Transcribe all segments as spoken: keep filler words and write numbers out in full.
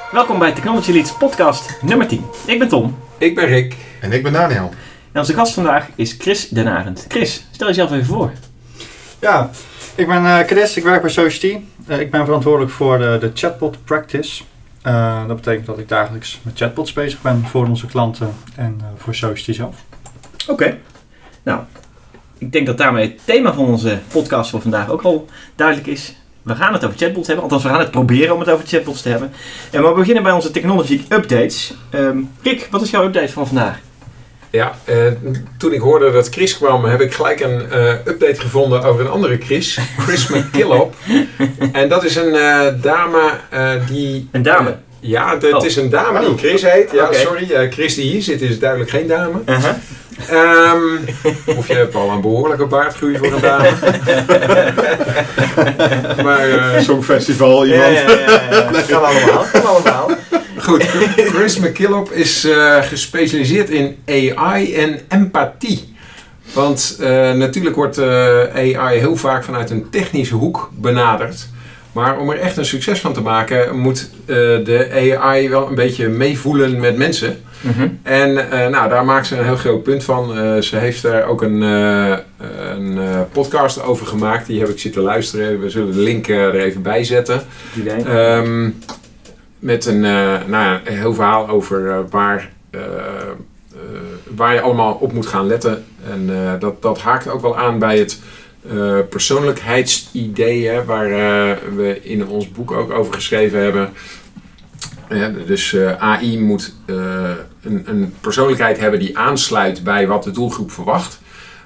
Welkom bij Technology Leads podcast nummer tien. Ik ben Tom. Ik ben Rick. En ik ben Daniel. En onze gast vandaag is Chris Den Arend. Chris, stel jezelf even voor. Ja, ik ben uh, Chris, ik werk bij Society. Uh, ik ben verantwoordelijk voor de, de chatbot practice. Uh, dat betekent dat ik dagelijks met chatbots bezig ben voor onze klanten en uh, voor Society zelf. Oké. Okay. Nou, ik denk dat daarmee het thema van onze podcast voor vandaag ook al duidelijk is. We gaan het over chatbots hebben, althans we gaan het proberen om het over chatbots te hebben. En we beginnen bij onze technology updates. Um, Rick, wat is jouw update van vandaag? Ja, uh, toen ik hoorde dat Chris kwam, heb ik gelijk een uh, update gevonden over een andere Chris. Chris McKillop. En dat is een uh, dame uh, die... Een dame? Uh, ja, de, oh. Het is een dame die Chris heet. Ja, okay. sorry. Uh, Chris die hier zit is duidelijk geen dame. Uh-huh. Um, of je hebt al een behoorlijke baardgroei voor een dame. maar uh, Songfestival iemand. Ja, ja, ja, ja. Dat kan allemaal. Kan allemaal. Goed, Chris McKillop is uh, gespecialiseerd in A I en empathie. Want uh, natuurlijk wordt uh, A I heel vaak vanuit een technische hoek benaderd. Maar om er echt een succes van te maken, moet uh, de A I wel een beetje meevoelen met mensen. Mm-hmm. En uh, nou, daar maakt ze een heel groot punt van. Uh, ze heeft daar ook een, uh, een uh, podcast over gemaakt. Die heb ik zitten luisteren. We zullen de link uh, er even bij zetten. Um, met een, uh, nou, een heel verhaal over uh, waar, uh, uh, waar je allemaal op moet gaan letten. En uh, dat, dat haakt ook wel aan bij het uh, persoonlijkheidsidee, hè, waar uh, we in ons boek ook over geschreven hebben. Ja, dus uh, A I moet uh, een, een persoonlijkheid hebben die aansluit bij wat de doelgroep verwacht.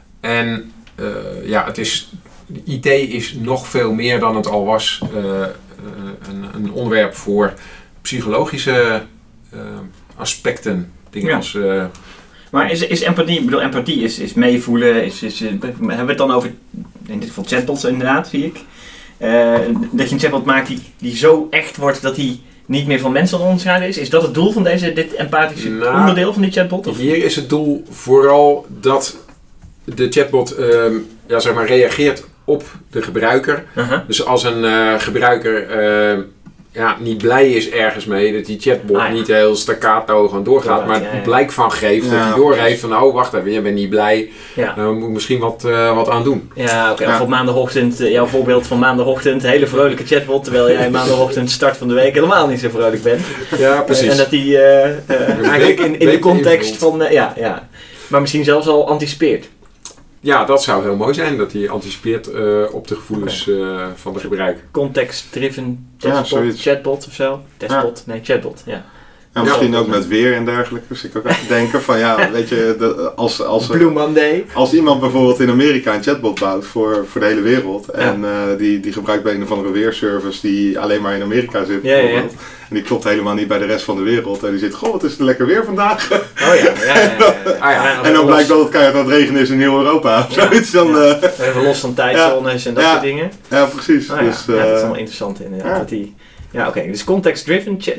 En uh, ja, het is, I T is nog veel meer dan het al was. Uh, uh, een, een onderwerp voor psychologische uh, aspecten. Dingen ja. als... Uh, maar is, is empathie, ik bedoel, empathie is, is meevoelen, is, is, hebben we het dan over, in dit geval chatbots inderdaad, zie ik. Uh, dat je een chatbot maakt die, die zo echt wordt dat hij niet meer van mensen onderscheiden is. Is dat het doel van deze, dit empathische nou, onderdeel van die chatbot? Of? Hier is het doel vooral dat de chatbot uh, ja, zeg maar, reageert op de gebruiker. Uh-huh. Dus als een uh, gebruiker uh, ja, niet blij is ergens mee, dat die chatbot ah, ja. niet heel staccato gewoon doorgaat, ja, maar ja, ja. blijk van geeft, ja, dat hij doorheeft van oh wacht even, je bent niet blij, ja. dan moet ik misschien wat, uh, wat aan doen. Ja, oké. Okay. Ja. Of op maandagochtend, jouw voorbeeld van maandagochtend, hele vrolijke chatbot, terwijl jij maandagochtend start van de week helemaal niet zo vrolijk bent. Ja, precies. En dat die uh, uh, eigenlijk in, in de context van, uh, ja, ja, maar misschien zelfs al anticipeert. Ja, dat zou heel mooi zijn, dat hij anticipeert uh, op de gevoelens okay. uh, van de gebruiker. Context-driven chatbot, ja, chatbot of zo? Testbot? Ja. Nee, chatbot, ja. Ja, misschien ja, ook met weer en dergelijke. Dus ik ook even denken van ja, weet je, de, als, als, Blue Monday. Als iemand bijvoorbeeld in Amerika een chatbot bouwt voor, voor de hele wereld. Ja. En uh, die, die gebruikt bij een of andere weerservice die alleen maar in Amerika zit ja, bijvoorbeeld. Ja, ja. En die klopt helemaal niet bij de rest van de wereld. En die zit, goh, wat is het lekker weer vandaag. Oh ja, ja, ja. ja, ja. Ah, ja. En dan blijkt dat het keihard aan het regenen is in heel Europa. Of zoiets. Dan, ja. uh, Even los van tijdzones ja. en dat ja. soort dingen. Ja, precies. Oh, ja. Dus, uh, ja, dat is allemaal interessant inderdaad. Ja, die, ja oké. Okay. Dus context-driven chat.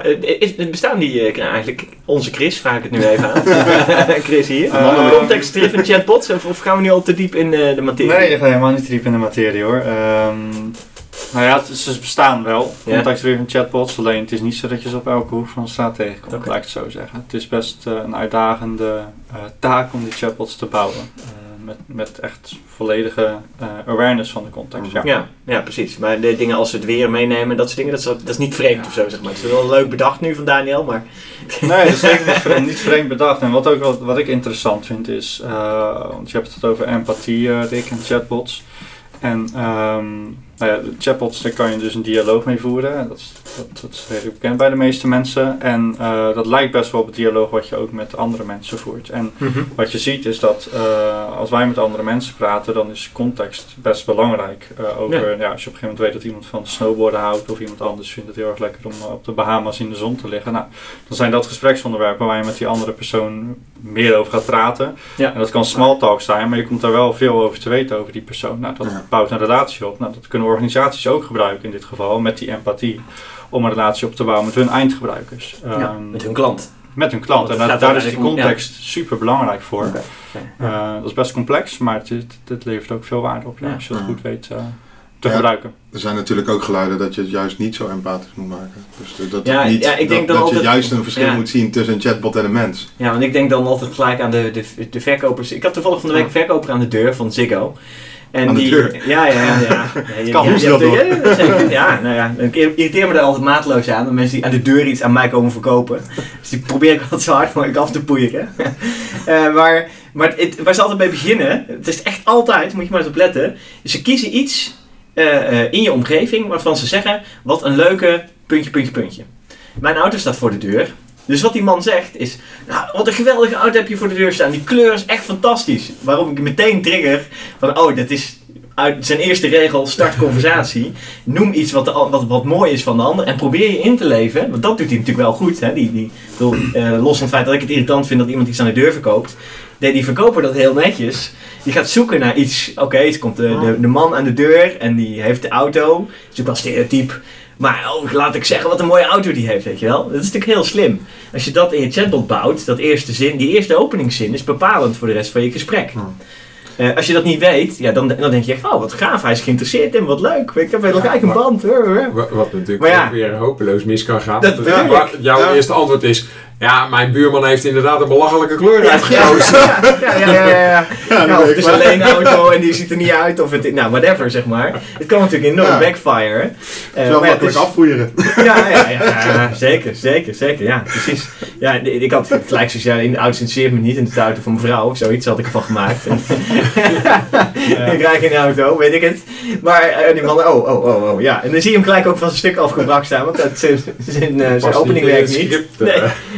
Bestaan die uh, eigenlijk, onze Chris, vraag ik het nu even aan. Chris hier. Uh, context-driven chatbots? Of, of gaan we nu al te diep in uh, de materie? Nee, ik ga helemaal niet te diep in de materie hoor. Um, Nou ja, ze bestaan wel, ja. context-driven chatbots, alleen het is niet zo dat je ze op elke hoek van de straat tegenkomt, okay. laat ik het zo zeggen. Het is best uh, een uitdagende uh, taak om die chatbots te bouwen, uh, met, met echt volledige uh, awareness van de context. Ja. Ja, ja, precies. Maar de dingen als het weer meenemen, dat soort dingen, dat is, dat is niet vreemd ja. of zo, zeg maar. Het is wel leuk bedacht nu van Daniel, maar... Nee, dat is zeker niet vreemd, niet vreemd bedacht. En wat ook wat, wat ik interessant vind is, uh, want je hebt het over empathie, uh, Rick, en chatbots. En um, nou ja, de chatbots, daar kan je dus een dialoog mee voeren. Dat is, dat, dat is redelijk bekend bij de meeste mensen. En uh, dat lijkt best wel op het dialoog wat je ook met andere mensen voert. En mm-hmm. wat je ziet is dat uh, als wij met andere mensen praten, dan is context best belangrijk. Uh, over, ja. Ja, als je op een gegeven moment weet dat iemand van snowboarden houdt of iemand anders vindt het heel erg lekker om uh, op de Bahamas in de zon te liggen. Nou, dan zijn dat gespreksonderwerpen waar je met die andere persoon meer over gaat praten. Ja. En dat kan small talk zijn, maar je komt daar wel veel over te weten over die persoon. Nou, dat ja. bouwt een relatie op. Nou, dat kunnen organisaties ook gebruiken in dit geval, met die empathie, om een relatie op te bouwen met hun eindgebruikers. Ja, um, met hun klant. Met hun klant. En daar, daar is die context ja. super belangrijk voor. Okay. Okay. Uh, dat is best complex, maar het, het, het levert ook veel waarde op, ja, ja. als je dat goed weet. Uh, te Ja. gebruiken. Er zijn natuurlijk ook geluiden dat je het juist niet zo empathisch moet maken. Dus dat, Ja, het niet, ja, ik denk dat, dan dat je altijd- juist een verschil ja. moet zien tussen een chatbot en een mens. Ja, want ik denk dan altijd gelijk aan de, de, de verkopers. Ik had toevallig van de week een verkoper aan de deur van Ziggo. En Aan de die, deur? Ja, ja, ja. ja. ja Kan, ja, hoe is ja, dat ja, nog? ja, ja, zeker. Ja, nou ja. Ik irriteer me daar altijd mateloos aan. De mensen die aan de deur iets aan mij komen verkopen. Dus die probeer ik altijd zo hard mogelijk af te poeieren. uh, maar maar het, waar ze altijd mee beginnen, het is echt altijd, moet je maar eens op letten. Ze kiezen iets uh, uh, in je omgeving waarvan ze zeggen, wat een leuke puntje, puntje, puntje. Mijn auto staat voor de deur. Dus wat die man zegt is, nou, wat een geweldige auto heb je voor de deur staan. Die kleur is echt fantastisch. Waarop ik meteen trigger van, oh, dat is uit zijn eerste regel, start conversatie. Noem iets wat, de, wat, wat mooi is van de ander en probeer je in te leven. Want dat doet hij natuurlijk wel goed. Hè? Die, die, bedoel, uh, los van het feit dat ik het irritant vind dat iemand iets aan de deur verkoopt. Nee, die verkoper dat heel netjes. Die gaat zoeken naar iets. Oké, okay, het komt de, de, de man aan de deur en die heeft de auto. Dat is natuurlijk wel stereotyp. Maar oh, laat ik zeggen wat een mooie auto die heeft, weet je wel. Dat is natuurlijk heel slim. Als je dat in je chatbot bouwt, dat eerste zin, die eerste openingszin is bepalend voor de rest van je gesprek. Hmm. Uh, als je dat niet weet, ja, dan, dan denk je echt, oh wat gaaf, hij is geïnteresseerd in, wat leuk. Ik heb wel gelijk een band. Wat, wat natuurlijk maar ja, weer hopeloos mis kan gaan. Dat, ja, ja, jouw ja. eerste antwoord is, ja, mijn buurman heeft inderdaad een belachelijke kleur uitgekozen. Ja, ja, ja, ja, ja, ja. ja, ja of het is alleen een auto en die ziet er niet uit, of het, nou, whatever, zeg maar. Het kan natuurlijk enorm ja. backfire. Uh, Zo makkelijk afvoeren. Ja, ja, ja, ja, zeker, zeker, zeker, ja, precies. Ja, ik had gelijk zoiets, ja, in de auto interesseert me niet, in de auto van mijn vrouw, zoiets had ik ervan gemaakt. Ja. Ik rijd geen auto, weet ik het. Maar uh, die man, oh, oh, oh, oh, ja. En dan zie je hem gelijk ook van zijn stuk afgebracht staan, want dat zijn, zijn, uh, zijn opening werkt niet. Script, nee.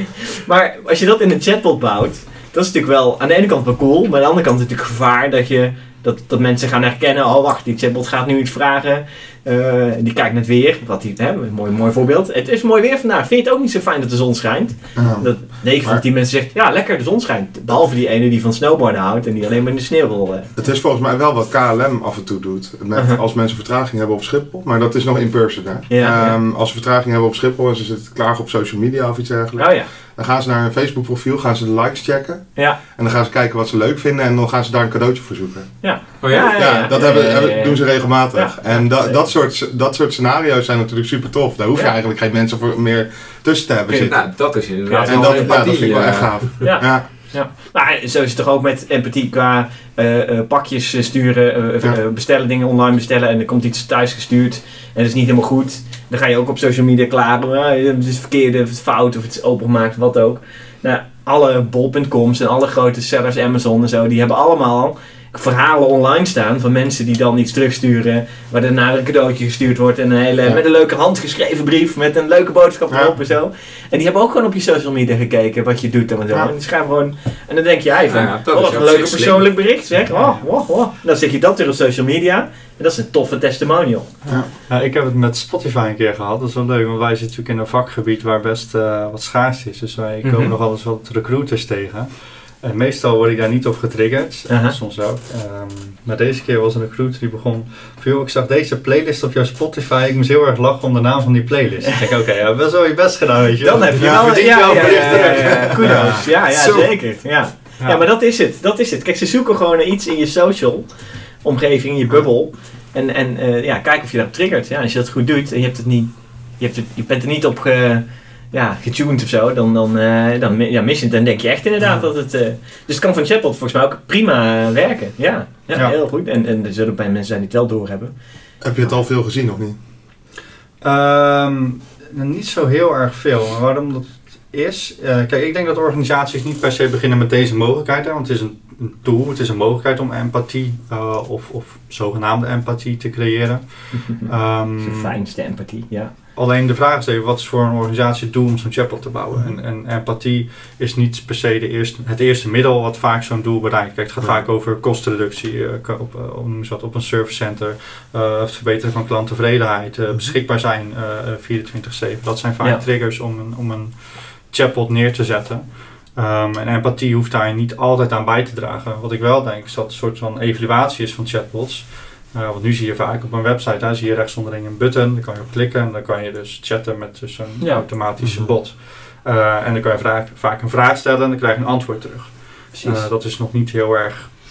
Maar als je dat in een chatbot bouwt, dat is natuurlijk wel aan de ene kant wel cool, maar aan de andere kant is het natuurlijk gevaar dat, je, dat, dat mensen gaan herkennen, oh wacht, die chatbot gaat nu iets vragen, uh, die kijkt net weer, wat die, hè, een mooi, mooi voorbeeld. Het is mooi weer vandaag, vind je het ook niet zo fijn dat de zon schijnt? Ja. Dat negen van tien mensen zegt, ja lekker, de zon schijnt. Behalve die ene die van snowboarden houdt en die alleen maar in de sneeuw wil. Het is volgens mij wel wat K L M af en toe doet, met, uh-huh. als mensen vertraging hebben op Schiphol, maar dat is nog in person hè. Ja, um, ja. Als ze vertraging hebben op Schiphol en ze zitten klaar op social media of iets dergelijks. Oh ja. Dan gaan ze naar hun Facebook profiel, gaan ze de likes checken. Ja. En dan gaan ze kijken wat ze leuk vinden en dan gaan ze daar een cadeautje voor zoeken. Ja, oh, ja? ja, ja, ja dat ja, hebben, ja, ja, ja. doen ze regelmatig. Ja, en da, ja, dat, soort, dat soort scenario's zijn natuurlijk super tof. Daar hoef je ja. eigenlijk geen mensen voor meer tussen te hebben zitten. Nou, dat is inderdaad ja, en dat, ja, dat vind ik wel echt gaaf. Ja. Ja. Ja. Maar zo is het toch ook met empathie qua uh, uh, pakjes sturen, uh, ja. bestellen, dingen online bestellen en er komt iets thuis gestuurd en dat is niet helemaal goed. Dan ga je ook op social media klagen, uh, het is verkeerd, of het is fout, of het is opengemaakt, wat ook. Nou, alle bol punt coms en alle grote sellers, Amazon en zo, die hebben allemaal verhalen online staan van mensen die dan iets terugsturen, waar daarna een cadeautje gestuurd wordt en een hele, ja. met een leuke handgeschreven brief met een leuke boodschap erop ja. en zo. En die hebben ook gewoon op je social media gekeken wat je doet en zo. Ja. En die schrijven gewoon, en dan denk jij van, ja, ja, oh, wat een leuk persoonlijk bericht zeg. Oh, oh, oh. Dan zeg je dat weer op social media en dat is een toffe testimonial. Ja. Ja, ik heb het met Spotify een keer gehad, dat is wel leuk, want wij zitten natuurlijk in een vakgebied waar best uh, wat schaars is. Dus wij komen mm-hmm. nog wel eens wat recruiters tegen. En meestal word ik daar niet op getriggerd, uh-huh. soms ook. Um, maar deze keer was een recruiter die begon, joh, ik zag deze playlist op jouw Spotify, ik moest heel erg lachen om de naam van die playlist. Ik denk, oké, okay, ja, best wel je best gedaan, weet je. Dan heb je ja, wel, ja, wel ja, ja, ja, ja, ja, kudos. Ja, ja, zeker. Ja. Ja. ja, maar dat is het, dat is het. Kijk, ze zoeken gewoon iets in je social omgeving, in je bubbel. En, en uh, ja, kijk of je dat triggert. Ja, als je dat goed doet en je hebt het niet, je, hebt het, je bent er niet op ge, ja, getuned of zo, dan, dan, uh, dan ja, mis je het. Dan denk je echt inderdaad ja. dat het... Uh, dus het kan van chatbot volgens mij ook prima werken. Ja, ja, ja. heel goed. En, en er zullen bij mensen zijn die het wel doorhebben. Heb je het al veel gezien of niet? Um, niet zo heel erg veel. Maar waarom dat is... Uh, kijk, ik denk dat organisaties niet per se beginnen met deze mogelijkheid. Hè, want het is een, een tool, het is een mogelijkheid om empathie uh, of, of zogenaamde empathie te creëren. Um, dat is de fijnste empathie, ja. Alleen de vraag is even, wat is voor een organisatie het doel om zo'n chatbot te bouwen? En, en empathie is niet per se de eerste, het eerste middel wat vaak zo'n doel bereikt. Kijk, het gaat ja. vaak over kostenreductie uh, op, uh, op, op een service center, uh, het verbeteren van klanttevredenheid, uh, beschikbaar zijn uh, vierentwintig zeven. Dat zijn vaak ja. triggers om een, om een chatbot neer te zetten. Um, en empathie hoeft daar niet altijd aan bij te dragen. Wat ik wel denk is dat het een soort van evaluatie is van chatbots. Uh, want nu zie je vaak op een website, daar zie je rechts onderin een button, daar kan je op klikken en dan kan je dus chatten met dus een ja. automatische mm-hmm. bot. Uh, en dan kan je vraag, vaak een vraag stellen en dan krijg je een antwoord terug. Uh, dat is nog niet heel erg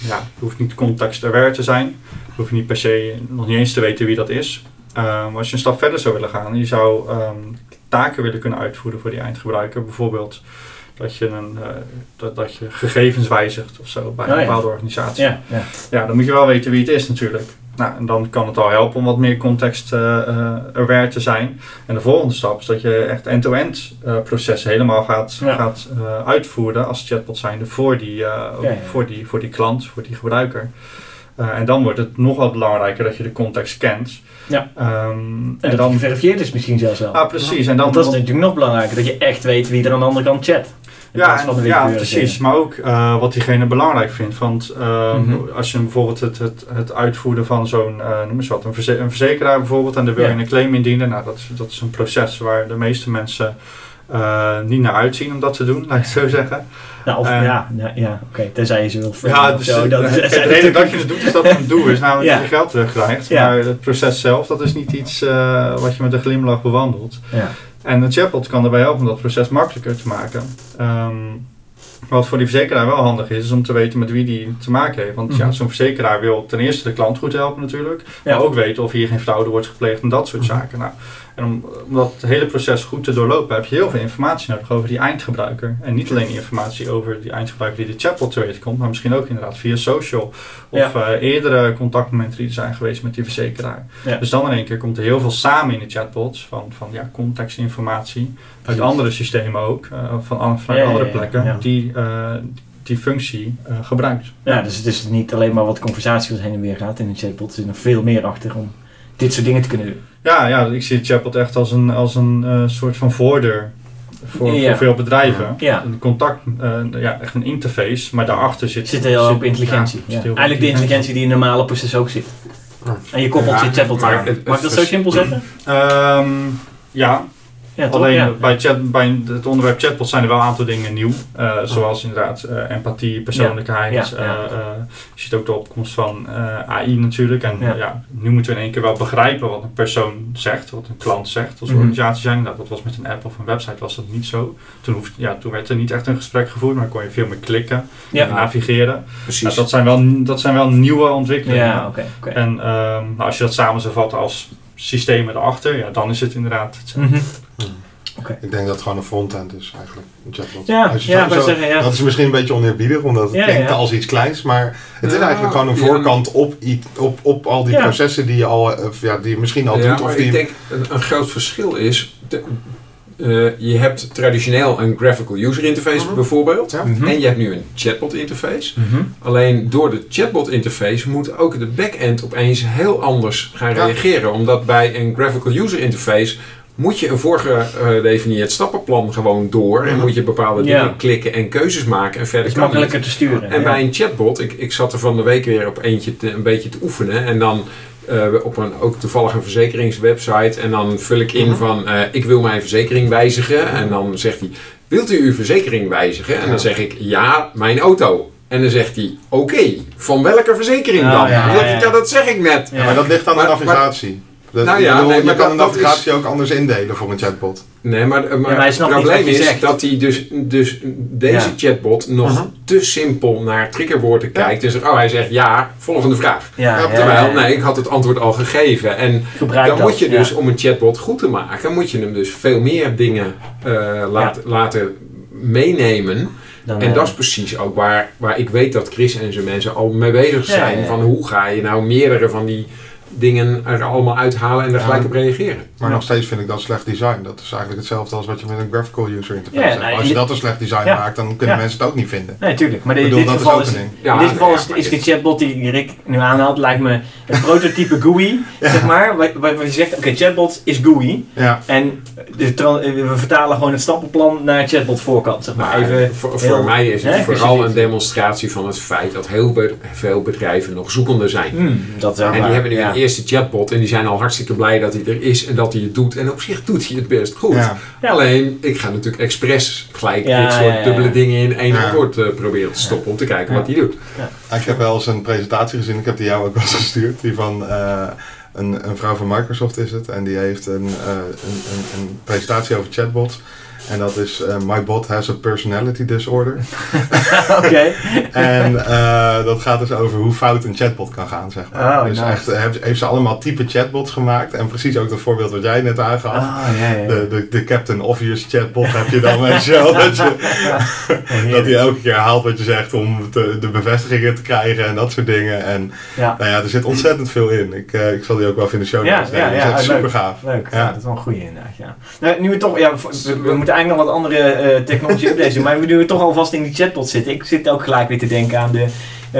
ja, je hoeft niet context-aware te zijn. Je hoeft niet per se nog niet eens te weten wie dat is. Uh, maar als je een stap verder zou willen gaan, je zou um, taken willen kunnen uitvoeren voor die eindgebruiker. Bijvoorbeeld dat je, een, uh, dat, dat je gegevens wijzigt of zo bij een oh, ja. bepaalde organisatie. Ja, ja. ja, dan moet je wel weten wie het is natuurlijk. Nou, en dan kan het al helpen om wat meer context-aware uh, te zijn. En de volgende stap is dat je echt end-to-end uh, processen helemaal gaat, ja. gaat uh, uitvoeren als chatbot zijnde voor die, uh, ja, ja. voor, die, voor die klant, voor die gebruiker. Uh, en dan wordt het nog wat belangrijker dat je de context kent. Ja. Um, en, en dat dan geverifieerd is misschien zelfs wel. Ah, precies. En dan, Want dat is natuurlijk nog belangrijker, dat je echt weet wie er aan de andere kant chat. Ja, en, ja, precies. Maar ook uh, wat diegene belangrijk vindt. Want uh, mm-hmm. als je bijvoorbeeld het, het, het uitvoeren van zo'n, uh, noem eens wat, een, verze- een verzekeraar bijvoorbeeld, en daar wil je ja. een claim indienen. Nou, dat is, dat is een proces waar de meeste mensen uh, niet naar uitzien om dat te doen, laat ik het zo zeggen. Nou, of, uh, ja, ja, ja oké, okay. tenzij je ze wil ja, dus, zo. Dat is, de reden dat je het doet is dat het een doel is, namelijk ja. dat je geld terugkrijgt. Ja. Maar het proces zelf, dat is niet iets uh, wat je met een glimlach bewandelt. Ja. En een chatbot kan erbij helpen om dat proces makkelijker te maken. Um, wat voor die verzekeraar wel handig is, is om te weten met wie die te maken heeft. Want mm-hmm. ja, zo'n verzekeraar wil ten eerste de klant goed helpen natuurlijk. Ja. Maar ook weten of hier geen fraude wordt gepleegd en dat soort mm-hmm. zaken. Nou, en om, om dat hele proces goed te doorlopen heb je heel veel informatie nodig over die eindgebruiker. En niet alleen informatie over die eindgebruiker die de chatbot te weten komt, maar misschien ook inderdaad via social. Of ja. uh, eerdere contactmomenten die er zijn geweest met die verzekeraar. Ja. Dus dan in één keer komt er heel veel samen in de chatbots van, van ja, contextinformatie. Uit andere systemen ook, uh, van, van ja, andere ja, ja, plekken, ja. die uh, die functie uh, gebruikt. Ja, dus het is niet alleen maar wat conversatie wat heen en weer gaat in een chatbot. Er zit nog veel meer achter om dit soort dingen te kunnen doen. Ja, ja, ik zie de chatbot echt als een, als een uh, soort van voordeur voor, ja. voor veel bedrijven. Ja. Een contact, uh, ja, echt een interface, maar daarachter zit... Zit heel veel intelligentie. Ja, ja. Eigenlijk de intelligentie die in een normale proces ook zit. En je koppelt ja, je chatbot maar, aan. Mag ik dat zo simpel zeggen? Um, ja. Ja, Alleen ja. bij, chat, bij het onderwerp chatbot zijn er wel een aantal dingen nieuw. Uh, oh. Zoals inderdaad uh, empathie, persoonlijkheid. Ja. Ja, ja. Uh, uh, je ziet ook de opkomst van uh, A I natuurlijk. En ja. Uh, ja, nu moeten we in één keer wel begrijpen wat een persoon zegt, wat een klant zegt. Als mm-hmm. organisatie zijn. Nou, dat was met een app of een website was dat niet zo. Toen, hoefde, ja, toen werd er niet echt een gesprek gevoerd, maar kon je veel meer klikken ja. en navigeren. Precies. Uh, dat, zijn wel, dat zijn wel nieuwe ontwikkelingen. Ja, okay, okay. En uh, nou, als je dat samen zou vatten als systemen erachter, ja, dan is het inderdaad hetzelfde. Mm-hmm. Hmm. Okay. Ik denk dat het gewoon een frontend is eigenlijk, een chatbot. Ja, ja, zo, zeggen, ja. Dat is misschien een beetje oneerbiedig, omdat het ja, klinkt ja. als iets kleins, maar het ja, is eigenlijk gewoon een voorkant ja. op, op, op al die ja. processen die je, al, of ja, die je misschien al ja, doet. Of die ik denk een, een groot verschil is, de, uh, je hebt traditioneel een graphical user interface uh-huh. bijvoorbeeld, ja. mm-hmm. en je hebt nu een chatbot interface. Mm-hmm. Alleen door de chatbot interface moet ook de backend opeens heel anders gaan ja. reageren, omdat bij een graphical user interface moet je een voorgedefinieerd stappenplan gewoon door en moet je bepaalde ja. dingen klikken en keuzes maken en verder is makkelijker te sturen. En ja. bij een chatbot, ik, ik zat er van de week weer op eentje te, een beetje te oefenen en dan uh, op een ook toevallig een verzekeringswebsite en dan vul ik in van uh, ik wil mijn verzekering wijzigen en dan zegt hij, wilt u uw verzekering wijzigen? En dan zeg ik ja, mijn auto. En dan zegt hij, oké, okay, van welke verzekering dan? Oh, ja, ja, ja. ja, dat zeg ik net. Ja, maar dat ligt aan de navigatie. Dat, nou ja, bedoel, nee, je kan de navigatie is ook anders indelen voor een chatbot. Nee, maar, maar, ja, maar het probleem is zegt. dat hij dus, dus deze ja. chatbot nog uh-huh. te simpel naar triggerwoorden ja. kijkt. En zegt, oh, hij zegt ja, volgende vraag. Ja, ja, terwijl, ja, ja. nee, ik had het antwoord al gegeven. En Gebruik dan dat, moet je dus, ja. om een chatbot goed te maken, moet je hem dus veel meer dingen uh, laat, ja. laten meenemen. Dan, en uh, dat is precies ook waar, waar ik weet dat Chris en zijn mensen al mee bezig zijn. Ja, ja, ja. Van hoe ga je nou meerdere van die dingen er allemaal uithalen en er gelijk ja, op reageren. Maar ja. nog steeds vind ik dat slecht design. Dat is eigenlijk hetzelfde als wat je met een graphical user interface ja, hebt. Nou, als je dat een slecht design ja. maakt, dan kunnen ja. mensen het ook niet vinden. Nee, tuurlijk. Maar de, bedoel, in dit geval, is, is, ja, in dit geval is, is de chatbot die Rick nu aanhaalt, lijkt me het prototype G U I, ja. zeg maar. Waar, waar je zegt, oké, okay, chatbot is G U I. Ja. En de, we vertalen gewoon het stappenplan naar chatbot voorkant, zeg maar. maar Even voor, heel, voor mij is het hè, vooral een demonstratie van het feit dat heel be- veel bedrijven nog zoekende zijn. Mm, dat en die waar. hebben nu ja. een eerste chatbot en die zijn al hartstikke blij dat hij er is en dat hij het doet. En op zich doet hij het best goed. Ja. Ja. Alleen, ik ga natuurlijk expres gelijk ja, dit soort ja, ja, dubbele ja. dingen in één ja. antwoord uh, proberen te stoppen ja. om te kijken ja. wat hij doet. Ja. Ik heb wel eens een presentatie gezien, ik heb die jou ook wel eens gestuurd, die van uh, een, een vrouw van Microsoft is het. En die heeft een, uh, een, een, een presentatie over chatbots. En dat is uh, My Bot Has a Personality Disorder. Oké. Okay. En uh, dat gaat dus over hoe fout een chatbot kan gaan, zeg maar. Oh, dus nice. echt, heeft, heeft ze allemaal type chatbots gemaakt. En precies ook dat voorbeeld wat jij net aangaf. Oh, ja, ja. De, de, de Captain Obvious chatbot heb je dan met zo. Dat, je, dat hij elke keer haalt wat je zegt om te, de bevestigingen te krijgen en dat soort dingen. En ja. Nou ja, er zit ontzettend veel in. Ik, uh, ik zal die ook wel even in de show notes ja, ja, ja, dat is ja, super gaaf. Leuk, ja. ja, dat is wel een goeie inderdaad. Ja. Nou, nu we toch, ja, we, we moeten eigenlijk nog wat andere uh, technology updates doen, maar nu we toch alvast in die chatbot zitten. Ik zit ook gelijk weer te denken aan de, uh,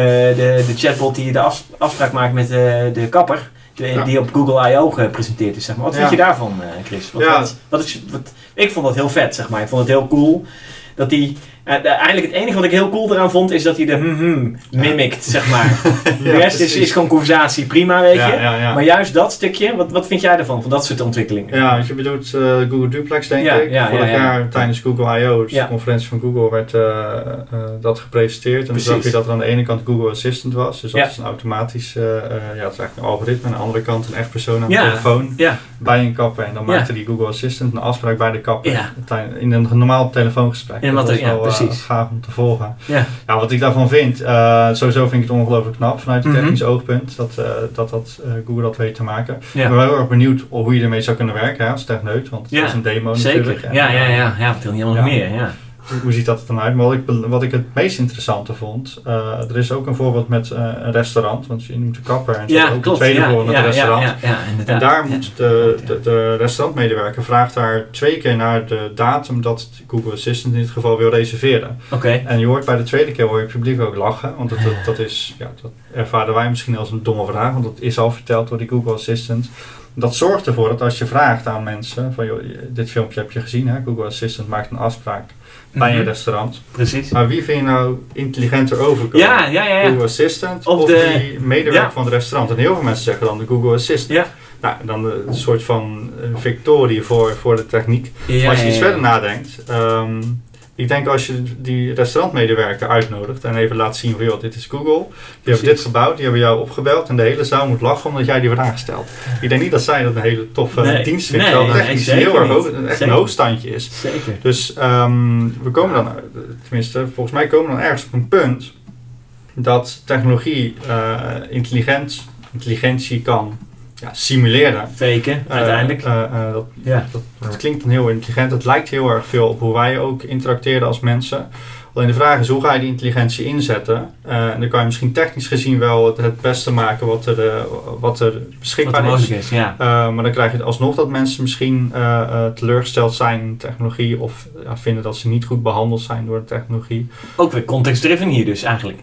de, de chatbot die de af, afspraak maakt met uh, de kapper. De, ja. Die op Google I O gepresenteerd is, zeg maar. Wat ja. vind je daarvan, uh, Chris? Wat, ja. wat, wat is, wat, ik vond dat heel vet, zeg maar. Ik vond het heel cool dat die... Uh, eigenlijk het enige wat ik heel cool eraan vond is dat hij de hm-hm mimikt, zeg maar. De ja, rest is, is gewoon conversatie, prima, weet je. Ja, ja, ja. Maar juist dat stukje, wat, wat vind jij ervan, van dat soort ontwikkelingen? Ja, want je bedoelt uh, Google Duplex, denk ja, ik. Ja, Vorig ja, ja. jaar tijdens Google I O, dus ja. de conferentie van Google, werd uh, uh, dat gepresenteerd. En dan zag je dat er aan de ene kant Google Assistant was. Dus dat ja. is een automatisch, uh, uh, ja, het is eigenlijk een algoritme. Aan de andere kant een echt persoon aan de ja. telefoon ja. bij een kapper. En dan ja. maakte die Google Assistant een afspraak bij de kapper. Ja. In een normaal telefoongesprek. En dat wat, was ja, wel precies. Uh, gaaf om te volgen. Ja. Ja, wat ik daarvan vind, uh, sowieso vind ik het ongelooflijk knap vanuit het mm-hmm. technisch oogpunt dat, uh, dat, dat uh, Google dat weet te maken. Ja. Ik ben wel heel erg benieuwd hoe je ermee zou kunnen werken hè, als techneut, want het ja. is een demo Zeker. natuurlijk. En, ja, ja, ja, ja, wat wil niet allemaal ja. meer, ja. Hoe ziet dat er dan uit? Maar wat ik, wat ik het meest interessante vond, uh, er is ook een voorbeeld met uh, een restaurant, want je noemt de kapper en zo ja, ook klopt. een tweede ja, voorbeeld met ja, een restaurant. Ja, ja, ja, inderdaad. En daar moet ja. de, de, de restaurantmedewerker vraagt daar twee keer naar de datum dat Google Assistant in dit geval wil reserveren. Okay. En je hoort bij de tweede keer hoor je het publiek ook lachen, want dat, dat, dat is, ja, dat ervaren wij misschien als een domme vraag, want dat is al verteld door die Google Assistant. Dat zorgt ervoor dat als je vraagt aan mensen van joh, dit filmpje heb je gezien, hè? Google Assistant maakt een afspraak bij mm-hmm. een restaurant. Precies. Maar wie vind je nou intelligenter overkomen? Ja, ja, ja, ja. Google Assistant of, of de, die medewerker ja. van het restaurant? En heel veel mensen zeggen dan de Google Assistant. Ja. Nou, dan een soort van victorie voor, voor de techniek. Ja, maar als je ja, iets ja. verder nadenkt, um, ik denk als je die restaurantmedewerker uitnodigt en even laat zien van joh, dit is Google, die Precies. hebben dit gebouwd, die hebben jou opgebeld en de hele zaal moet lachen omdat jij die vraag stelt. Ik denk niet dat zij dat een hele toffe nee, dienst vindt, nee, terwijl het technisch nee, heel erg hoog, echt zeker. een hoogstandje is. Zeker. Dus um, we komen dan, tenminste volgens mij komen we dan ergens op een punt dat technologie uh, intelligent, intelligentie kan ja, simuleren. Faken, uh, uiteindelijk. Uh, uh, dat, ja. dat, dat klinkt dan heel intelligent. Het lijkt heel erg veel op hoe wij ook interacteren als mensen. Alleen de vraag is, hoe ga je die intelligentie inzetten? Uh, en dan kan je misschien technisch gezien wel het, het beste maken wat er, uh, wat er beschikbaar wat er is. is ja. uh, maar dan krijg je alsnog dat mensen misschien uh, uh, teleurgesteld zijn in technologie. Of uh, vinden dat ze niet goed behandeld zijn door de technologie. Ook weer context-driven hier dus eigenlijk.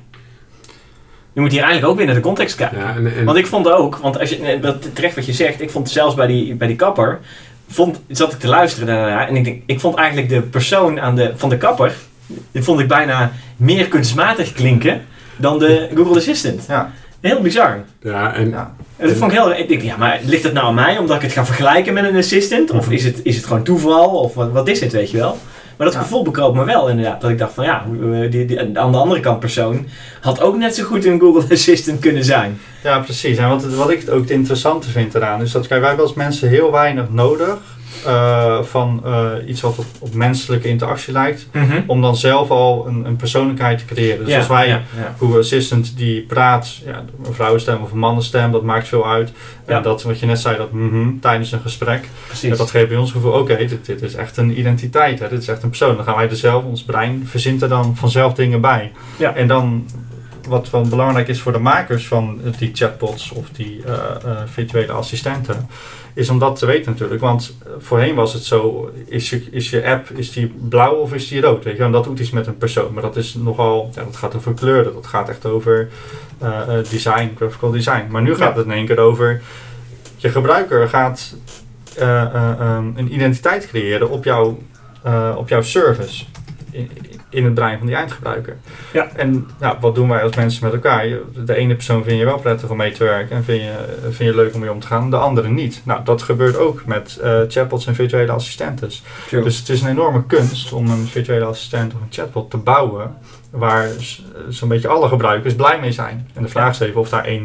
Je moet hier eigenlijk ook weer naar de context kijken. Ja, en, en want ik vond ook, want als je, wat, terecht wat je zegt, ik vond zelfs bij die, bij die kapper, vond, zat ik te luisteren daarna en ik denk, ik vond eigenlijk de persoon aan de, van de kapper, die vond ik bijna meer kunstmatig klinken dan de Google Assistant. Ja. Heel bizar. Ja, en, ja. En dat vond ik heel, ik denk, ja, maar ligt het nou aan mij omdat ik het ga vergelijken met een assistant? Of is het, is het gewoon toeval? Of wat, wat is het, weet je wel? Maar dat ja. gevoel bekroop me wel inderdaad. Dat ik dacht van ja, die, die, aan de andere kant persoon had ook net zo goed een Google Assistant kunnen zijn. Ja, precies. En wat, wat ik ook het interessante vind eraan is dat kijk, wij hebben als mensen heel weinig nodig uh, van uh, iets wat op, op menselijke interactie lijkt. Mm-hmm. Om dan zelf al een, een persoonlijkheid te creëren. Dus ja, als wij ja, ja. Google Assistant die praat, ja, een vrouwenstem of een mannenstem, dat maakt veel uit. Ja. En dat wat je net zei, dat mm-hmm, tijdens een gesprek. Ja, dat geeft bij ons het gevoel, oké, okay, dit, dit is echt een identiteit. Hè, dit is echt een persoon. Dan gaan wij er zelf, ons brein verzint er dan vanzelf dingen bij. Ja. En dan, wat wel belangrijk is voor de makers van die chatbots of die uh, uh, virtuele assistenten, is om dat te weten natuurlijk. Want voorheen was het zo, is je, is je app is die blauw of is die rood? Weet je? En dat doet iets met een persoon. Maar dat is nogal, ja, dat gaat over kleuren. Dat gaat echt over uh, uh, design, graphical design. Maar nu gaat ja. het in één keer over, je gebruiker gaat uh, uh, um, een identiteit creëren op, jou, uh, op jouw service. In, in het brein van die eindgebruiker. Ja. En nou, wat doen wij als mensen met elkaar? De ene persoon vind je wel prettig om mee te werken en vind je, vind je leuk om mee om te gaan, de andere niet. Nou, dat gebeurt ook met uh, chatbots en virtuele assistenten. True. Dus het is een enorme kunst om een virtuele assistent of een chatbot te bouwen waar zo'n beetje alle gebruikers blij mee zijn. En de vraag is even of daar één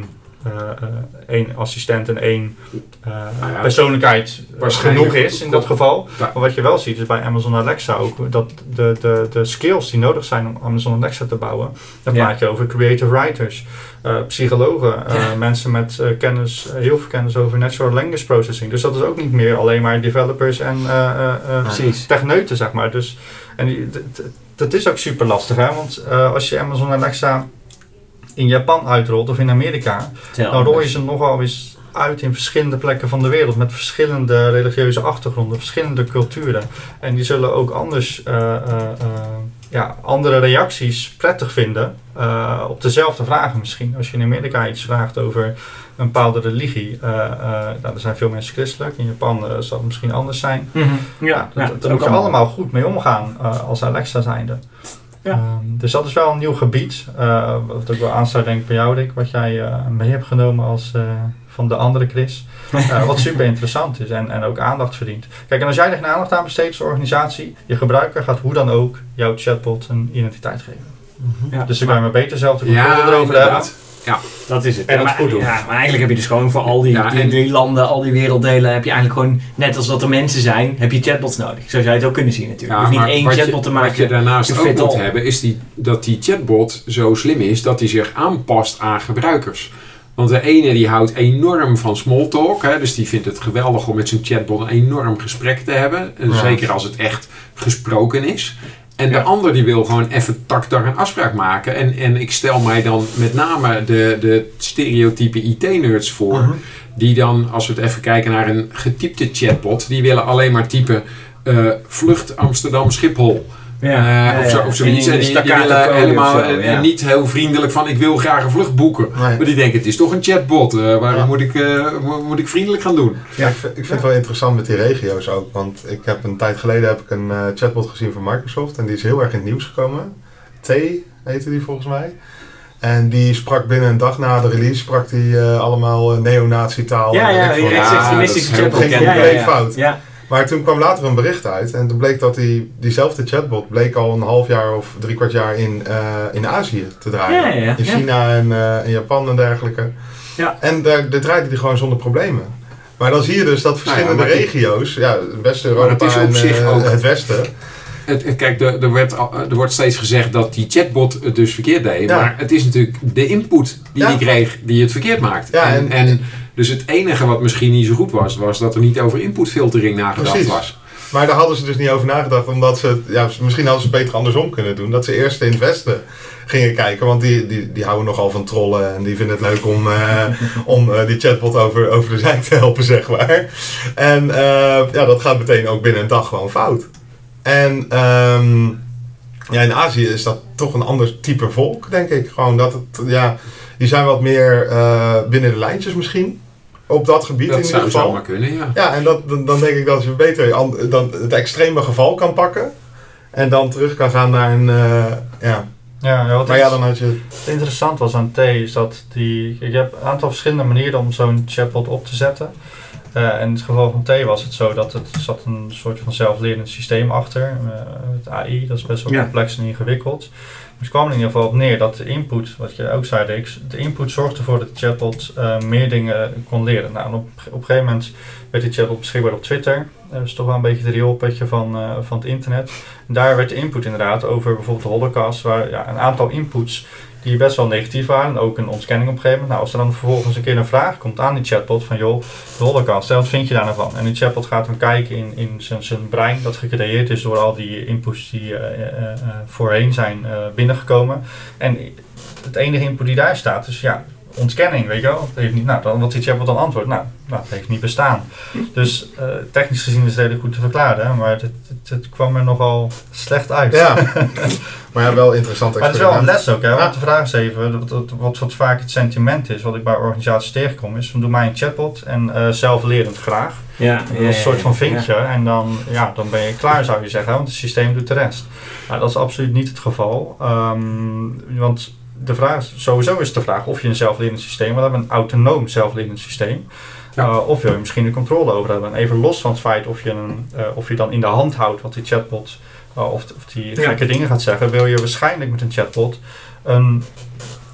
uh, uh, één assistent en één uh, nou ja, persoonlijkheid genoeg is in dat geval. Ja. Maar wat je wel ziet is bij Amazon Alexa ook dat de, de, de skills die nodig zijn om Amazon Alexa te bouwen, dan ja. praat je over creative writers, uh, psychologen, uh, ja. mensen met uh, kennis, uh, heel veel kennis over natural language processing. Dus dat is ook niet meer alleen maar developers en uh, uh, uh, techneuten, zeg maar. Dus, en die, d- d- dat is ook super lastig, hè? Want uh, als je Amazon Alexa in Japan uitrolt of in Amerika, ja, dan rol je ze nogal eens uit in verschillende plekken van de wereld met verschillende religieuze achtergronden, verschillende culturen. En die zullen ook anders, uh, uh, uh, ja, andere reacties prettig vinden uh, op dezelfde vragen misschien. Als je in Amerika iets vraagt over een bepaalde religie, uh, uh, nou, er zijn veel mensen christelijk, in Japan uh, zal het misschien anders zijn. Mm-hmm. Ja, ja, daar moet je allemaal goed mee omgaan uh, als Alexa zijnde. Ja. Um, dus dat is wel een nieuw gebied, uh, wat ook wel aansluit denk ik bij jou, Rick, wat jij uh, mee hebt genomen als uh, van de andere Chris. Uh, wat super interessant is en, en ook aandacht verdient. Kijk, en als jij er geen aandacht aan besteedt als organisatie, je gebruiker gaat hoe dan ook jouw chatbot een identiteit geven. Mm-hmm. Ja, dus dan kan je maar beter zelf de controle ja, erover hebben. Ja, dat is het. En ja, dat goed doen. Ja, maar eigenlijk heb je dus gewoon voor al die, ja, die, die landen, al die werelddelen, heb je eigenlijk gewoon, net als dat er mensen zijn, heb je chatbots nodig. Zo zou je het ook kunnen zien natuurlijk. Ja, je hoeft niet één chatbot je, te maken. Wat je daarnaast ook moet hebben, is die, dat die chatbot zo slim is, dat hij zich aanpast aan gebruikers. Want de ene die houdt enorm van small talk, hè, dus die vindt het geweldig om met zijn chatbot een enorm gesprek te hebben. En ja. Zeker als het echt gesproken is. En de ja. ander die wil gewoon even tak daar een afspraak maken. En, en ik stel mij dan met name de, de stereotype I T-nerds voor. Uh-huh. Die dan, als we het even kijken naar een getypte chatbot. Die willen alleen maar typen uh, vlucht Amsterdam Schiphol. Ja, uh, ja, of, zo, of zoiets. En, en die, die willen helemaal zo, ja. niet heel vriendelijk van ik wil graag een vlucht boeken. Nee. Maar die denken het is toch een chatbot. Uh, waarom ja. moet, ik, uh, moet ik vriendelijk gaan doen? Ja, ik, vind, ik vind het wel interessant met die regio's ook. Want ik heb een tijd geleden heb ik een uh, chatbot gezien van Microsoft. En die is heel erg in het nieuws gekomen. T heette die volgens mij. En die sprak binnen een dag na de release sprak die uh, allemaal uh, neonazi-taal. Ja, ja, die rechtsextremistische chatbot. Dat ging compleet ja, ja, fout. Ja. Maar toen kwam later een bericht uit en toen bleek dat die, diezelfde chatbot bleek al een half jaar of drie kwart jaar in, uh, in Azië te draaien. Ja, ja, ja. In China en uh, in Japan en dergelijke. Ja. En daar, daar draaide die gewoon zonder problemen. Maar dan zie je dus dat verschillende nou ja, regio's, ja, West-Europa en uh, ook het Westen. Het, kijk, er, er, werd, er wordt steeds gezegd dat die chatbot het dus verkeerd deed. Ja. Maar het is natuurlijk de input die ja. die kreeg die het verkeerd maakt. Ja, en, en, en dus het enige wat misschien niet zo goed was, was dat er niet over inputfiltering nagedacht Precies. was. Maar daar hadden ze dus niet over nagedacht, omdat ze, ja, misschien hadden ze het beter andersom kunnen doen. Dat ze eerst in het Westen gingen kijken, want die, die, die houden nogal van trollen en die vinden het leuk om, uh, om uh, die chatbot over, over de zijk te helpen, zeg maar. En uh, ja, dat gaat meteen ook binnen een dag gewoon fout. En um, ja, in Azië is dat toch een ander type volk, denk ik. Gewoon dat het, ja, die zijn wat meer uh, binnen de lijntjes misschien. Op dat gebied dat in ieder geval. Dat zou zomaar kunnen, ja. Ja, en dat, dan, dan denk ik dat je beter dan het extreme geval kan pakken. En dan terug kan gaan naar een, uh, ja... Ja, ja, wat maar ja, dan had je... Het interessant was aan T is dat die... Je hebt een aantal verschillende manieren om zo'n chatbot op te zetten. Uh, in het geval van T was het zo dat het zat een soort van zelflerend systeem achter. Uh, het A I, dat is best wel ja. complex en ingewikkeld. Dus het kwam er in ieder geval op neer dat de input, wat je ook zei Rick, de input zorgde ervoor dat de chatbot uh, meer dingen kon leren. Nou, en op, op een gegeven moment werd die chatbot beschikbaar op Twitter. Dat is toch wel een beetje het rioolputje van, uh, van het internet. En daar werd de input inderdaad over bijvoorbeeld de Holocaust, waar ja, een aantal inputs die best wel negatief waren. Ook een ontkenning op een gegeven moment. Nou, als er dan vervolgens een keer een vraag komt aan die chatbot van joh, de Holocaust, wat vind je daar nou van? En die chatbot gaat dan kijken in, in zijn, zijn brein dat gecreëerd is door al die inputs die uh, uh, uh, voorheen zijn uh, binnengekomen. En het enige input die daar staat is ja, ontkenning, weet je wel. Het heeft niet, nou, dan, wat die chatbot dan antwoordt, nou, nou, het heeft niet bestaan. Dus uh, technisch gezien is het redelijk goed te verklaren, hè, maar het, het, het kwam er nogal slecht uit. Ja, maar ja, wel interessant. Maar het is wel een les ook, hè, want de vraag is even, wat, wat, wat, wat vaak het sentiment is, wat ik bij organisaties tegenkom, is van doe mij een chatbot en uh, zelflerend graag. Ja, dat is ja, een soort van vinkje ja. en dan, ja, dan ben je klaar zou je zeggen, want het systeem doet de rest. Nou, dat is absoluut niet het geval, um, want de vraag is, sowieso is de vraag of je een zelflerend systeem wil hebben, een autonoom zelflerend systeem. Ja. Uh, of wil je misschien de controle over hebben. En even los van het feit of je, een, uh, of je dan in de hand houdt wat die chatbot, uh, of, of die ja. gekke dingen gaat zeggen, wil je waarschijnlijk met een chatbot een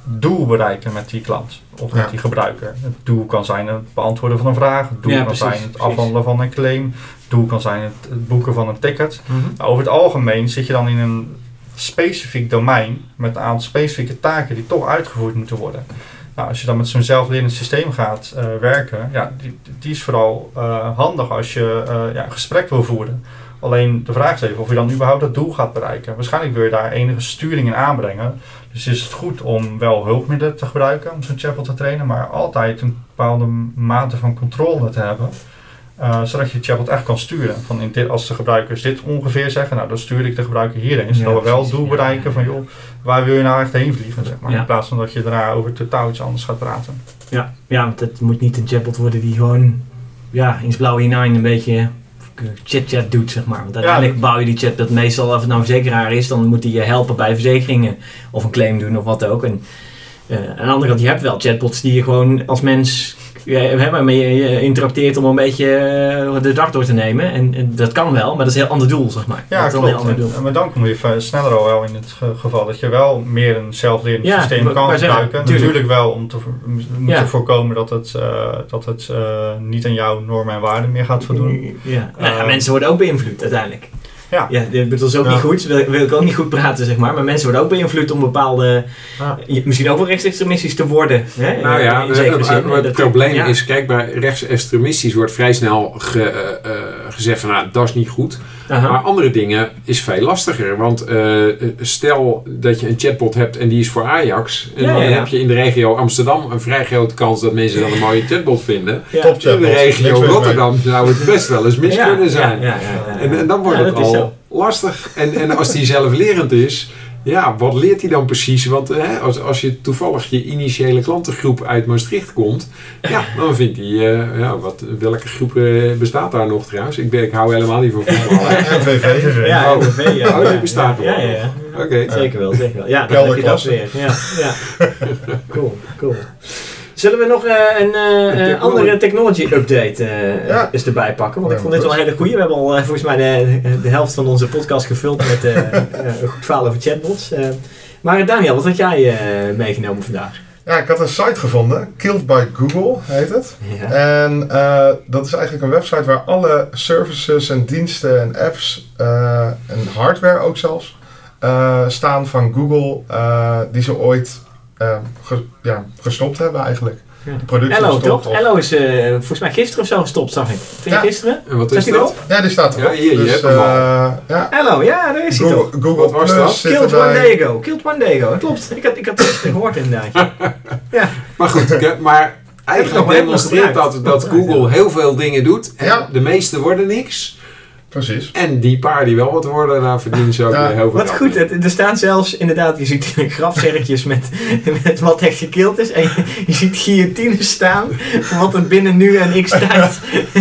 doel bereiken met die klant of met ja. die gebruiker. Het doel kan zijn het beantwoorden van een vraag, het doel Ja, kan precies, zijn het precies. afhandelen van een claim, het doel kan zijn het, het boeken van een ticket. Mm-hmm. Maar over het algemeen zit je dan in een specifiek domein met een aantal specifieke taken die toch uitgevoerd moeten worden. Nou, als je dan met zo'n zelflerend systeem gaat uh, werken, ja, die, die is vooral uh, handig als je uh, ja, een gesprek wil voeren. Alleen de vraag is even of je dan überhaupt dat doel gaat bereiken. Waarschijnlijk wil je daar enige sturing in aanbrengen. Dus is het goed om wel hulpmiddelen te gebruiken om zo'n chatbot te trainen, maar altijd een bepaalde mate van controle te hebben. Uh, zodat je de chatbot echt kan sturen. Van in dit, als de gebruikers dit ongeveer zeggen, nou dan stuur ik de gebruiker hierheen. Zodat Ja, we wel het precies. doel bereiken Ja. van joh, waar wil je nou echt heen vliegen, zeg maar. Ja. In plaats van dat je daarna over totaal iets anders gaat praten. Ja, ja, want het moet niet een chatbot worden die gewoon ja, in blauwe hinein een beetje chit-chat doet, zeg maar. Want uiteindelijk Ja, bouw je die chatbot meestal, of het nou een verzekeraar is, dan moet hij je helpen bij verzekeringen of een claim doen of wat ook. En uh, aan de andere kant, je hebt wel chatbots die je gewoon als mens ja, waarmee je interacteert om een beetje uh, de dag door te nemen. En, en dat kan wel, maar dat is een heel ander doel, zeg maar. Ja, dat is wel een heel klopt. ander doel. En, maar dan kom je even sneller al wel in het ge- geval dat je wel meer een zelflerend Ja, systeem maar- kan maar zeggen, gebruiken. tuurlijk. Natuurlijk wel om te voor- om Ja. te voorkomen dat het, uh, dat het uh, niet aan jouw normen en waarden meer gaat voldoen. Ja. Nou, ja, Uh, mensen worden ook beïnvloed uiteindelijk. Ja. Ja, dat is ook Ja. niet goed, wil, wil ik ook niet goed praten, zeg maar. Maar mensen worden ook beïnvloed om bepaalde, Ja. je- misschien ook wel rechtsextremistisch te worden. Hè? Nou ja, in zekere het, zin. het Dat- probleem ja. is, kijk, bij rechtsextremistisch wordt vrij snel ge, uh, uh, gezegd van, nou, dat is niet goed. Aha. Maar andere dingen is veel lastiger. Want uh, stel dat je een chatbot hebt en die is voor Ajax. En Ja, dan ja, ja. heb je in de regio Amsterdam een vrij grote kans dat mensen dan een mooie chatbot vinden. Ja. Top In de chatbot. regio Niks mis mee. Rotterdam zou het best wel eens mis Ja, kunnen zijn. Ja, ja, ja, ja. En, en dan wordt Ja, het dat is al zo. lastig. En, en als die zelflerend is, ja, wat leert hij dan precies? Want hè, als, als je toevallig je initiële klantengroep uit Maastricht komt, ja, dan vindt hij, uh, ja, wat, welke groep uh, bestaat daar nog trouwens? Ik, ben, ik hou helemaal niet van voetbal. hè. N V V. Ja, Oh. N V V, ja. Oh, die bestaat nog. Ja, ja, ja. Oké. Zeker wel, zeker wel. Ja, dan heb je dat Kelderklasse. weer. Ja, ja. Cool, cool. Zullen we nog uh, een uh, technology. andere technology update uh, Ja. eens erbij pakken? Want ik Ja, vond dit wel goed. een hele goeie. We hebben al uh, volgens mij de, de helft van onze podcast gevuld met uh, uh, een goed verhaal over chatbots. Uh, maar Daniel, wat had jij uh, meegenomen vandaag? Ja, ik had een site gevonden. Killed by Google heet het. Ja. En uh, dat is eigenlijk een website waar alle services en diensten en apps uh, en hardware ook zelfs uh, staan van Google uh, die ze ooit uh, ge- ja, gestopt hebben eigenlijk. Ja. De productie Ello, gestopt. toch? of- Ello is uh, volgens mij gisteren of zo gestopt, zag ik. Vind je Ja. gisteren? En wat Zet is hij dat? erop? Ja, die staat erop. Ja, hier, je dus, hebt hem al. uh, ja, Ello, ja, daar is hij toch. Google, Google Wat was Plus dat? zit Killed one erbij. day ago. Killed one day ago. Dat klopt. Ik had, ik had het gisteren gehoord inderdaad. Ja. Maar goed, ik heb- maar eigenlijk nog helemaal demonstreert dat, gebruikt. dat Google heel veel dingen doet. En Ja. de meeste worden niks. Precies. En die paar die wel wat worden, daar verdienen ze ook Ja. weer heel veel Wat geld goed, mee. het- er staan zelfs inderdaad, je ziet grafzerkjes met, met wat echt gekild is. En je, je ziet guillotines staan voor wat er binnen nu en x tijd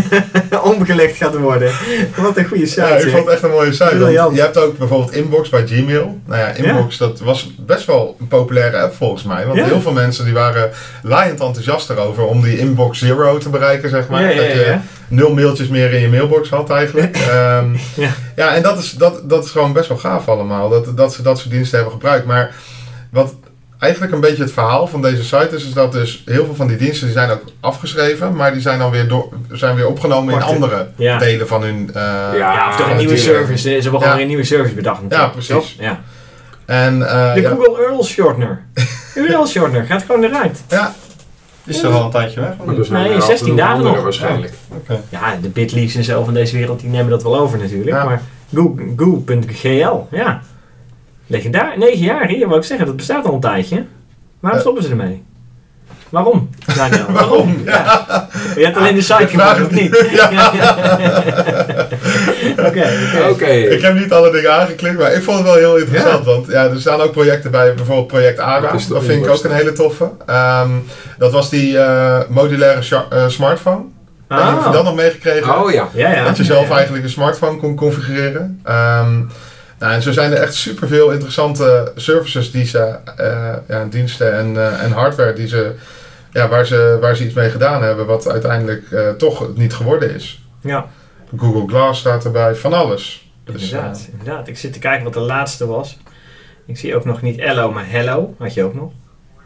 omgelegd gaat worden. Wat een goede site. Ja, ik zeg. vond het echt een mooie site. Briljant. Want je hebt ook bijvoorbeeld Inbox bij Gmail. Nou ja, Inbox dat was best wel een populaire app volgens mij. Want Ja. heel veel mensen die waren laaiend enthousiast erover om die Inbox Zero te bereiken, zeg maar. Ja, ja, Dat je ja. nul mailtjes meer in je mailbox had eigenlijk. Ehm, Ja. ja, en dat is, dat, dat is gewoon best wel gaaf allemaal. Dat, dat ze dat soort diensten hebben gebruikt. Maar wat eigenlijk een beetje het verhaal van deze site is, is dat dus heel veel van die diensten die zijn ook afgeschreven, maar die zijn dan weer, door, zijn weer opgenomen in Aparte. andere Ja. delen van hun... eh, Ja, of toch een nieuwe natuurlijk. service. Ze hebben gewoon Ja. een nieuwe service bedacht natuurlijk. Ja, precies. Toch? Ja. En, eh, De ja, Google U R L Shortener. U R L Shortener gaat gewoon eruit. ja, Is er al een tijdje weg? Maar er zijn Nee, er zestien altijd dagen andere nog. waarschijnlijk. Ja, de Bitleafs en zo van deze wereld, die nemen dat wel over natuurlijk. Ja. Maar Google punt G L, ja. Legendaar, negen jaar hier, wou ik zeggen, dat bestaat al een tijdje. Waarom Ja. stoppen ze ermee? Waarom? Daniel, Waarom? Ja. Je hebt alleen de site Ik vraag gemaakt, of het niet? Ja. Oké, oké. Oké. Ik heb niet alle dingen aangeklikt, maar ik vond het wel heel interessant. Want ja, er staan ook projecten bij, bijvoorbeeld project ARA. Wat is dat Dat vind ik inborst? ook een hele toffe. Ehm, dat was die eh, modulaire sha- eh, smartphone. Ik weet niet of je dat nog meegekregen? Oh ja. Ja, ja. Dat je zelf Ja. eigenlijk een smartphone kon configureren. Ehm, nou, en zo zijn er echt superveel interessante services die ze, eh, ja, diensten en, eh, en hardware die ze, ja, waar, ze, waar ze iets mee gedaan hebben, wat uiteindelijk eh, toch het niet geworden is. Ja, Google Glass staat erbij, van alles. Dus, inderdaad, inderdaad. Ik zit te kijken wat de laatste was. Ik zie ook nog niet Ello, maar Hello had je ook nog.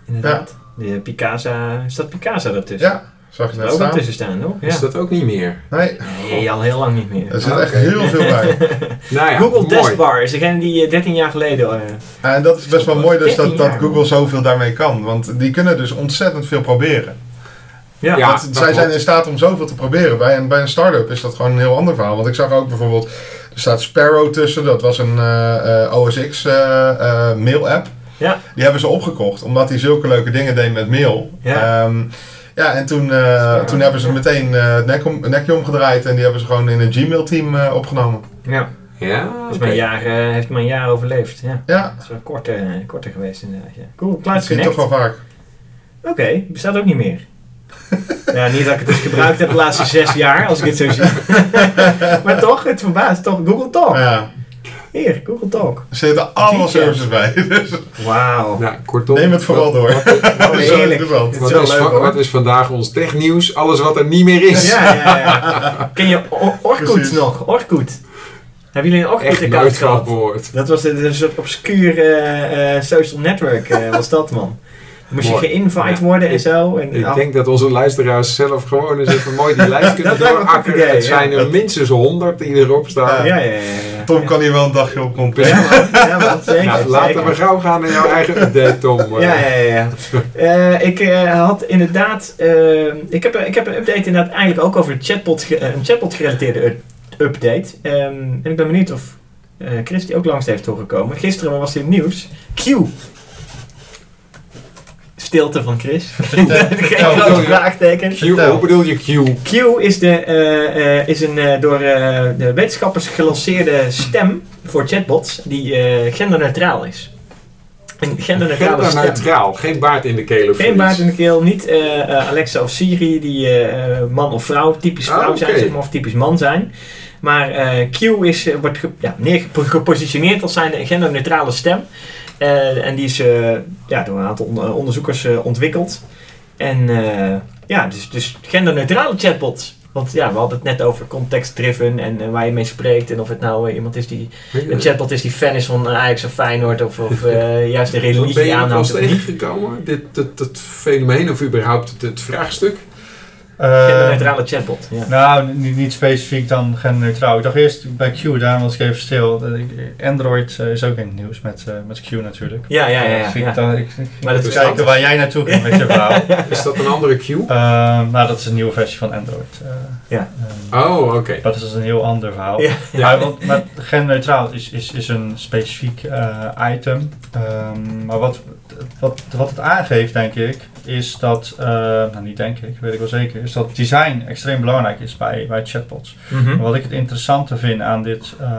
inderdaad. Ja. De Picasa, is dat Picasa ertussen? Ja, zag je net ook staan. tussen staan, toch? Ja. Is dat ook niet meer? Nee. Nee, al heel lang niet meer. Er zit Oh, echt okay. heel veel bij. Nou ja, Google mooi. Taskbar is degene die dertien jaar geleden... Uh, En dat is best wel mooi dus dat, dat jaar, Google zoveel daarmee kan. Want die kunnen dus ontzettend veel proberen. ja, Ja. Want dat zij klopt. zijn in staat om zoveel te proberen. Bij een, bij een start-up is dat gewoon een heel ander verhaal. Want ik zag ook bijvoorbeeld, er staat Sparrow tussen. Dat was een uh, uh, O S X uh, uh, mail app. Ja. Die hebben ze opgekocht, omdat hij zulke leuke dingen deed met mail. Ja. Um, ja, en toen, uh, toen hebben ze meteen uh, het nek om, het nekje omgedraaid. En die hebben ze gewoon in een Gmail-team uh, opgenamen. ja. Ja, Dus okay. mijn jaar, uh, heeft mijn jaar overleefd. Ja. Ja, Dat is wel korter, uh, korter geweest inderdaad. Ja. Google Cloud dat zie je Connect. toch wel vaak. Oké, okay, bestaat ook niet meer. Ja, niet dat ik het dus gebruikt heb de laatste zes jaar, als ik het zo zie. Maar toch, het verbaast toch. Google Talk. Ja. Hier, Google Talk. Er zitten allemaal services bij. Dus Wauw. Nou, kortom, neem het vooral door. Oh, heerlijk. Zo, Dit Wat is wel is, leuk, va- hoor. wat is vandaag ons technieuws? Alles wat er niet meer is. Ja, ja, ja. Ken je O- Orkut Precies. nog? Orkut. Hebben jullie een Echt Orkut-account nooit van gehad? gehoord. Dat was een, een soort obscuur uh, uh, social network, uh, was dat, man. Moest je Mooi. geïnvite Ja. worden en zo. En, Ik oh. denk dat onze luisteraars zelf gewoon eens even mooi die lijst kunnen Dat lijkt me een goed doorakkeren. idee, Het zijn ja. er minstens honderd die erop staan. Ja, ja, ja. ja. Tom kan hier wel een dagje op komt. Ja, man. Ja, man, zeker. Nou, laten zeker. we gauw gaan naar jouw eigen update, Tom. Ja, ja, ja. ja. Uh, ik uh, had inderdaad... Uh, ik, heb, ik heb een update inderdaad eigenlijk ook over een chatbot, ge, een chatbot gerelateerde u- update. Um, en ik ben benieuwd of uh, Chris die ook langs heeft doorgekomen. Gisteren was dit nieuws. Q. Stilte van Chris. Geen grote vraagteken. Q, hoe bedoel je Q? Q is, de, uh, uh, is een uh, door uh, de wetenschappers gelanceerde stem voor chatbots die uh, genderneutraal is. Een genderneutrale stem. Genderneutraal, geen baard in de keel of Geen zoiets. baard in de keel, niet uh, uh, Alexa of Siri die uh, man of vrouw, typisch vrouw Ah, okay. zijn, zeg maar, of typisch man zijn. Maar uh, Q is, uh, wordt ge, ja, neer, gepositioneerd als zijn een genderneutrale stem. Uh, en die is uh, ja, door een aantal on- onderzoekers uh, ontwikkeld. En uh, ja, dus, dus genderneutrale chatbots. Want ja, we hadden het net over context-driven en uh, waar je mee spreekt. En of het nou uh, iemand is die, een chatbot is die fan is van uh, Ajax of Feyenoord. Of, of uh, juist de Ben religie je er aanhoudt. wel tegengekomen, dit, dit, dit fenomeen of überhaupt het, het vraagstuk? Uh, Genderneutrale chatbot. Ja. Nou, niet, niet specifiek dan genderneutraal. Ik dacht eerst bij Q, daarom was ik even stil. Android uh, is ook in het nieuws met, uh, met Q natuurlijk. Ja, ja, ja. ja, Dus ik ja. dacht, ik, ik Maar dat moet is kijken anders. waar jij naartoe ging met je verhaal. Is dat een andere Q? Uh, nou, dat is een nieuwe versie van Android. Uh, Ja. um, Oh, oké. Okay. Dat is dus een heel ander verhaal. Ja. Maar, want, maar genderneutraal is, is, is een specifiek uh, item. Um, maar wat, wat, wat het aangeeft, denk ik, is dat, uh, nou niet denk ik, weet ik wel zeker, is dat design extreem belangrijk is bij, bij chatbots. Mm-hmm. En wat ik het interessante vind aan dit, uh,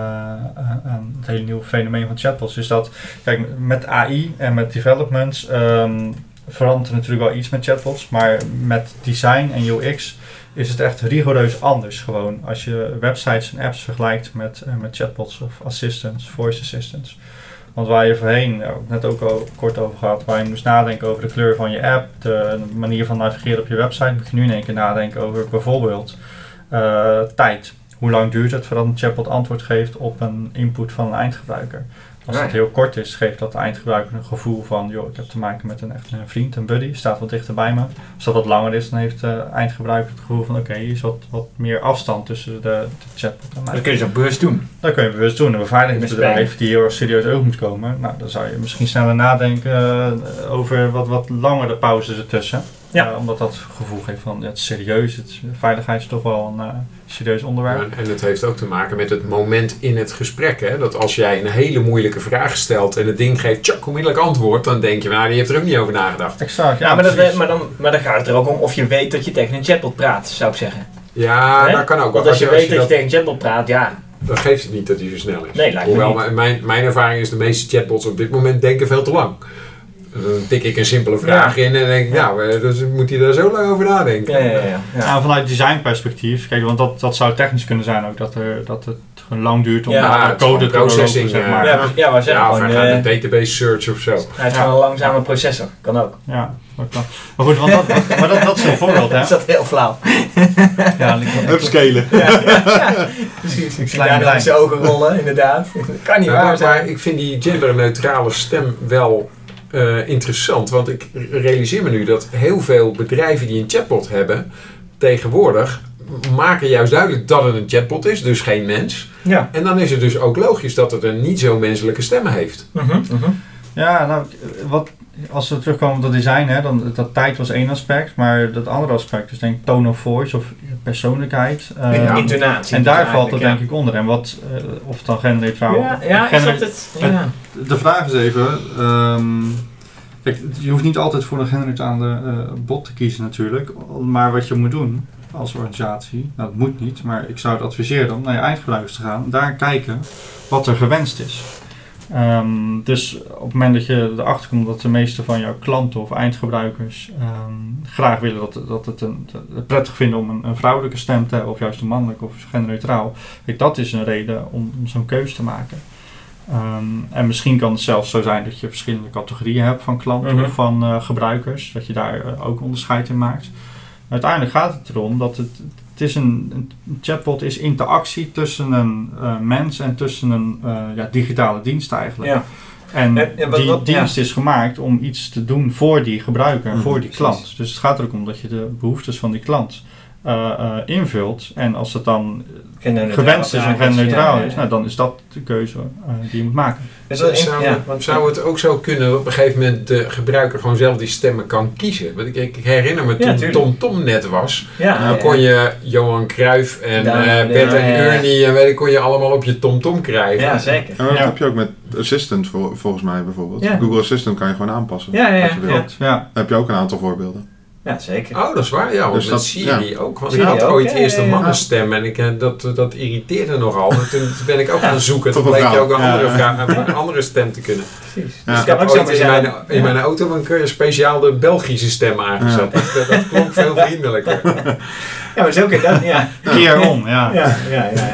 aan het hele nieuwe fenomeen van chatbots, is dat, kijk, met A I en met developments um, verandert er natuurlijk wel iets met chatbots, maar met design en U X is het echt rigoureus anders gewoon als je websites en apps vergelijkt met, uh, met chatbots of assistants, voice assistants. Want waar je voorheen, nou, net ook al kort over gehad, waar je moest nadenken over de kleur van je app, de manier van navigeren op je website, moet je nu in één keer nadenken over bijvoorbeeld uh, tijd. Hoe lang duurt het voordat een chatbot antwoord geeft op een input van een eindgebruiker? Als het heel kort is, geeft dat de eindgebruiker een gevoel van, joh, ik heb te maken met een echt een vriend, een buddy, staat wat dichter bij me. Als dat wat langer is, dan heeft de eindgebruiker het gevoel van, oké, okay, hier is wat, wat meer afstand tussen de, de chatbot en mij. Dat kun je zo bewust doen. Dat kun je bewust doen. Een beveiligingsbedrijf die heel erg serieus over moet komen, nou, dan zou je misschien sneller nadenken uh, over wat, wat langere pauzes ertussen. Ja. Uh, omdat dat gevoel geeft van, ja, het is serieus, het, veiligheid is toch wel een uh, serieus onderwerp. Ja, en het heeft ook te maken met het moment in het gesprek. Hè? Dat als jij een hele moeilijke vraag stelt en het ding geeft tjak, onmiddellijk antwoord, dan denk je, nou, die heeft er ook niet over nagedacht. Exact, ja, ja, maar, dat, maar, dan, maar dan gaat het er ook om of je weet dat je tegen een chatbot praat, zou ik zeggen. Ja, Hè? dat kan ook. Want als je, als weet je dat, dat, je tegen een chatbot praat, ja. dan geeft het niet dat hij zo snel is. Nee, lijkt me Hoewel niet. mijn, mijn ervaring is, de meeste chatbots op dit moment denken veel te lang. Dan tik ik een simpele vraag Ja. in en denk ik, ja. nou, dus moet hij daar zo lang over nadenken. Ja, ja, ja. ja. Nou, vanuit designperspectief, kijk, want dat, dat zou technisch kunnen zijn ook, dat, er, dat het gewoon lang duurt om Ja, de code te processing, doorlopen, zeg maar. Ja, maar, ja, maar zeg Ja, of gewoon, hij gaat uh, een database search of zo. hij heeft Ja. gewoon een langzame processor. Kan ook. Ja, dat kan. Maar goed, want dat, dat- maar dat, dat is een voorbeeld, hè? Is dat heel flauw? Ja, ik- Upscalen. Ja, ja, ja. Precies. Ik zie Klein daar nog brein. zijn ogen rollen, inderdaad. Dat kan niet Ja, waar maar zijn. ik vind die genderneutrale stem wel uh, interessant. Want ik realiseer me nu dat heel veel bedrijven die een chatbot hebben, tegenwoordig maken juist duidelijk dat het een chatbot is, dus geen mens. Ja. En dan is het dus ook logisch dat het een niet zo menselijke stem heeft. Uh-huh, uh-huh. Ja, nou, wat, als we terugkomen op dat design, hè, dan, dat tijd was één aspect, maar dat andere aspect is denk ik tone of voice of persoonlijkheid. Uh, ja. Intonatie. En daar valt het denk ik onder. En wat, uh, of het dan genderneutraal. Ja, ja gener- is dat het? Ja. De vraag is even, um, kijk, je hoeft niet altijd voor een genderneutrale uh, bot te kiezen natuurlijk, maar wat je moet doen als organisatie, nou dat moet niet, maar ik zou het adviseren om naar je eindgebruikers te gaan en daar kijken wat er gewenst is. Um, dus op het moment dat je erachter komt dat de meeste van jouw klanten of eindgebruikers um, graag willen dat, dat het een, het prettig vinden om een, een vrouwelijke stem te hebben of juist een mannelijke of genderneutraal, kijk, dat is een reden om, om zo'n keuze te maken. Um, en misschien kan het zelfs zo zijn dat je verschillende categorieën hebt van klanten mm-hmm. of van uh, gebruikers, dat je daar uh, ook onderscheid in maakt. Uiteindelijk gaat het erom dat het, het is een, een chatbot is interactie tussen een uh, mens en tussen een uh, ja, digitale dienst eigenlijk. Ja. En ja, ja, wat, die wat, dienst ja. is gemaakt om iets te doen voor die gebruiker en mm, voor die precies. klant. Dus het gaat er ook om dat je de behoeftes van die klant uh, uh, invult. En als het dan gewenst is en genderneutraal ja, ja, ja. is, nou, dan is dat de keuze uh, die je moet maken. Dus zou, zou, ja, want, zou het ook zo kunnen dat op een gegeven moment de gebruiker gewoon zelf die stemmen kan kiezen? Want ik, ik herinner me toen ja, TomTom Tom net was, ja, dan ja, kon je Johan Cruijff en ja, uh, Bert ja, en ja, ja. Ernie en weet ik, kon je allemaal op je TomTom krijgen. Ja, zeker. En dat ja. heb je ook met Assistant vol, volgens mij bijvoorbeeld. Ja. Google Assistant kan je gewoon aanpassen. Ja, ja, ja. Wat je wilt. Ja. Daar heb je ook een aantal voorbeelden. Ja, zeker. Oh, dat is waar. Ja, want dus met dat, Siri ja. ook. Want Siri ik had ook, ooit ja, eerst een mannenstem en ik, dat, dat irriteerde nogal. En toen ben ik ook gaan zoeken. Toen bleek je ook een andere, ja. vraag, een andere stem te kunnen. Precies. Ja. Dus ik heb ook ooit in mijn, in mijn auto een keer speciaal de Belgische stem aangezet. Ja. Dat, dat klonk veel vriendelijker. Ja, maar zo kan dat. Ja. Keer om, ja. Ja, ja, ja.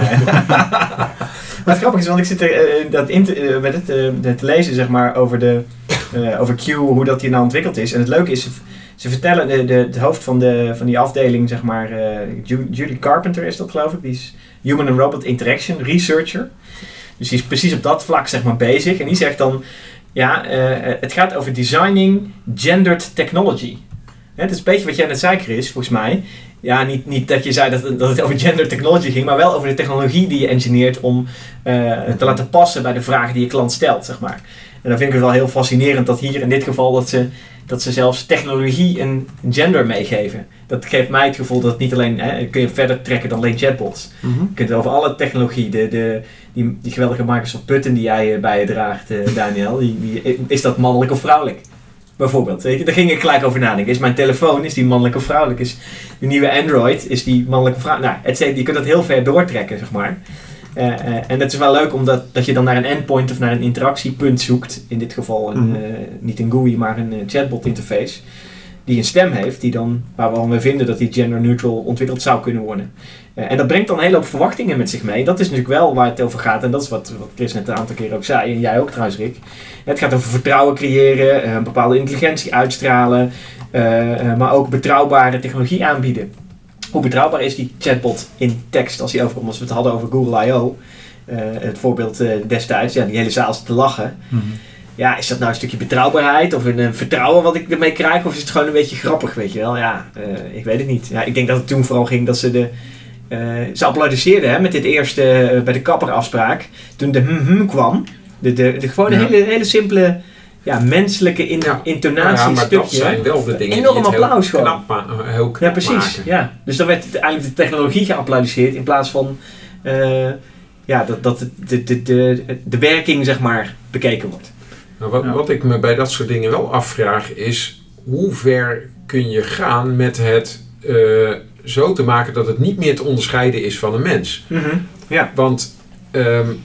ja. Wat grappig is, want ik zit er uh, dat in te, uh, met het, uh, te lezen zeg maar, over, de, uh, over Q, hoe dat hier nou ontwikkeld is. En het leuke is, ze vertellen, de, de, het hoofd van, de, van die afdeling, zeg maar, uh, Julie Carpenter is dat geloof ik, die is Human and Robot Interaction Researcher. Dus die is precies op dat vlak zeg maar bezig. En die zegt dan, ja, uh, het gaat over designing gendered technology. Hè, het is een beetje wat jij net zei, Chris, volgens mij. Ja, niet, niet dat je zei dat, dat het over gender technology ging, maar wel over de technologie die je engineert om uh, te laten passen bij de vragen die je klant stelt, zeg maar. En dan vind ik het wel heel fascinerend dat hier in dit geval dat ze, dat ze zelfs technologie een gender meegeven. Dat geeft mij het gevoel dat het niet alleen, hè, kun je verder trekken dan alleen chatbots. Mm-hmm. Je kunt het over alle technologie, de, de, die, die geweldige Microsoft Button die jij bij je draagt, uh, Daniel, die, die, is dat mannelijk of vrouwelijk? Bijvoorbeeld, weet je, daar ging ik gelijk over nadenken. Is mijn telefoon, is die mannelijk of vrouwelijk? Is de nieuwe Android, is die mannelijk of vrouwelijk? Nou, het, je kunt dat heel ver doortrekken, zeg maar. Uh, uh, en dat is wel leuk, omdat dat je dan naar een endpoint of naar een interactiepunt zoekt. In dit geval een, mm. uh, niet een G U I, maar een uh, chatbot interface. Die een stem heeft, die dan, waar we vinden dat die gender neutral ontwikkeld zou kunnen worden. Uh, en dat brengt dan een hele hoop verwachtingen met zich mee. Dat is natuurlijk wel waar het over gaat. En dat is wat, wat Chris net een aantal keer ook zei. En jij ook trouwens, Rick. Het gaat over vertrouwen creëren, uh, een bepaalde intelligentie uitstralen. Uh, uh, maar ook betrouwbare technologie aanbieden. Hoe betrouwbaar is die chatbot in tekst als die overkomt? Als we het hadden over Google I O. Uh, het voorbeeld uh, destijds. Ja, die hele zaal zit te lachen. Mm-hmm. Ja, is dat nou een stukje betrouwbaarheid of een, een vertrouwen wat ik ermee krijg? Of is het gewoon een beetje grappig, weet je wel? Ja, uh, ik weet het niet. Ja, ik denk dat het toen vooral ging dat ze de... Uh, ze applaudisseerden hè, met dit eerste uh, bij de kapperafspraak. Toen de hm-hm kwam. De, de, de, gewoon een ja. hele, hele simpele ja, menselijke in, ja. intonatie ja, maar stukje. Dat zijn wel de dingen enorm die het applaus heel knap, ma- heel knap ja, precies. Maken. Ja. Dus dan werd eigenlijk de technologie geapplaudiseerd in plaats van uh, ja, dat, dat de, de, de, de werking zeg maar bekeken wordt. Nou, wat, ja. wat ik me bij dat soort dingen wel afvraag is, hoe ver kun je gaan met het uh, zo te maken dat het niet meer te onderscheiden is van een mens. Mm-hmm. Ja. Want um,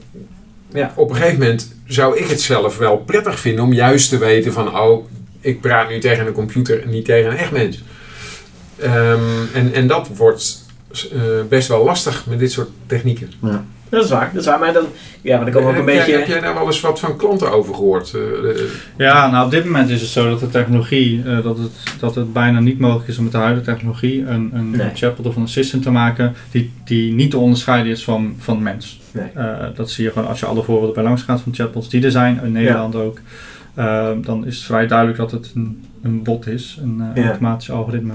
ja. op een gegeven moment zou ik het zelf wel prettig vinden om juist te weten van, oh, ik praat nu tegen een computer en niet tegen een echt mens. Um, en, en dat wordt uh, best wel lastig met dit soort technieken. Ja. Dat is waar, dat is waar, maar dan, ja, maar dan komen we ook een heb beetje... Jij, heb jij daar wel eens wat van klanten over gehoord? Uh, de, ja, nou op dit moment is het zo dat de technologie, uh, dat, het, dat het bijna niet mogelijk is om met de huidige technologie een, een, nee. een chatbot of een assistant te maken die, die niet te onderscheiden is van, van mens. Nee. Uh, dat zie je gewoon als je alle voorbeelden bij langs gaat van chatbots die er zijn, in Nederland ja. ook. uh, dan is het vrij duidelijk dat het een, een bot is, een uh, ja. automatisch algoritme.